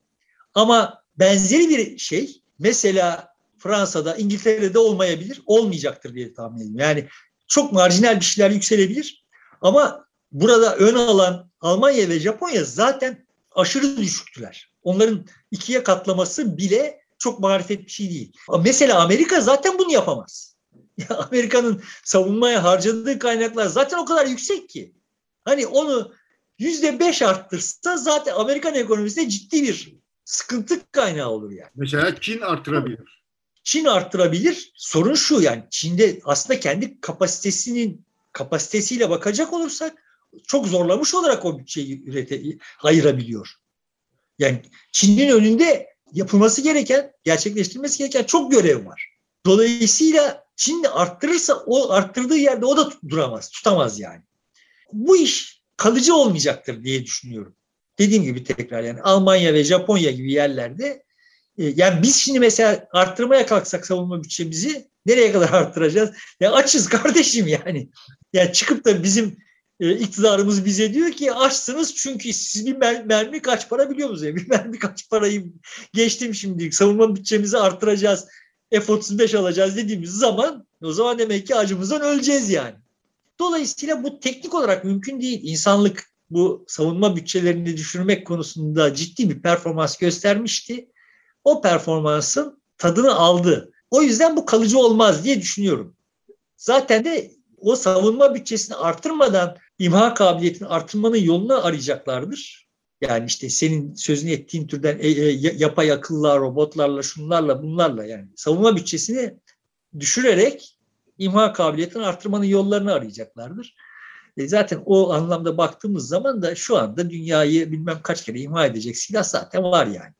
Ama benzeri bir şey mesela Fransa'da, İngiltere'de olmayabilir, olmayacaktır diye tahmin ediyorum. Yani çok marjinal bir şeyler yükselebilir ama burada ön alan Almanya ve Japonya zaten aşırı düşüktüler. Onların ikiye katlaması bile çok marifet bir şey değil. Mesela Amerika zaten bunu yapamaz. Amerika'nın savunmaya harcadığı kaynaklar zaten o kadar yüksek ki. Hani onu yüzde beş arttırsa zaten Amerikan ekonomisinde ciddi bir sıkıntı kaynağı olur yani. Mesela Çin artırabilir. Çin arttırabilir. Sorun şu, yani Çin'de aslında kendi kapasitesinin kapasitesiyle bakacak olursak çok zorlamış olarak o bütçeyi ürete, ayırabiliyor. Yani Çin'in önünde yapılması gereken, gerçekleştirilmesi gereken çok görev var. Dolayısıyla Çin arttırırsa o arttırdığı yerde o da duramaz, tutamaz yani. Bu iş kalıcı olmayacaktır diye düşünüyorum. Dediğim gibi tekrar, yani Almanya ve Japonya gibi yerlerde, yani biz şimdi mesela arttırmaya kalksak savunma bütçemizi nereye kadar arttıracağız? Ya açız kardeşim yani. Yani çıkıp da bizim e, iktidarımız bize diyor ki açsınız çünkü siz bir mer- mermi kaç para biliyor musunuz? Bir mermi kaç parayı geçtim şimdi, savunma bütçemizi arttıracağız, F otuz beş alacağız dediğimiz zaman o zaman demek ki acımızdan öleceğiz yani. Dolayısıyla bu teknik olarak mümkün değil. İnsanlık bu savunma bütçelerini düşürmek konusunda ciddi bir performans göstermişti. O performansın tadını aldı. O yüzden bu kalıcı olmaz diye düşünüyorum. Zaten de o savunma bütçesini artırmadan imha kabiliyetini artırmanın yolunu arayacaklardır. Yani işte senin sözünü ettiğin türden e, e, yapay akıllar, robotlarla, şunlarla, bunlarla, yani savunma bütçesini düşürerek imha kabiliyetini artırmanın yollarını arayacaklardır. E zaten o anlamda baktığımız zaman da şu anda dünyayı bilmem kaç kere imha edecek silah zaten var yani.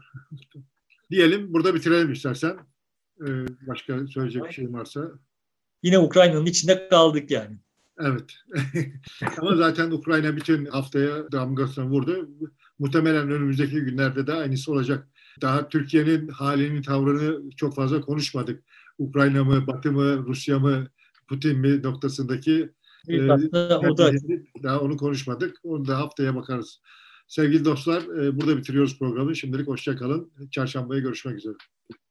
Diyelim burada bitirelim istersen. Ee, başka söyleyecek bir şey varsa. Yine Ukrayna'nın içinde kaldık yani. Evet. Ama zaten Ukrayna bütün haftaya damgasını vurdu. Muhtemelen önümüzdeki günlerde de aynısı olacak. Daha Türkiye'nin halini, tavrını çok fazla konuşmadık. Ukrayna mı, Batı mı, Rusya mı, Putin mi noktasındaki Evet, e, o da... daha onu konuşmadık. Onu da haftaya bakarız. Sevgili dostlar, e, burada bitiriyoruz programı. Şimdilik hoşça kalın. Çarşambaya görüşmek üzere.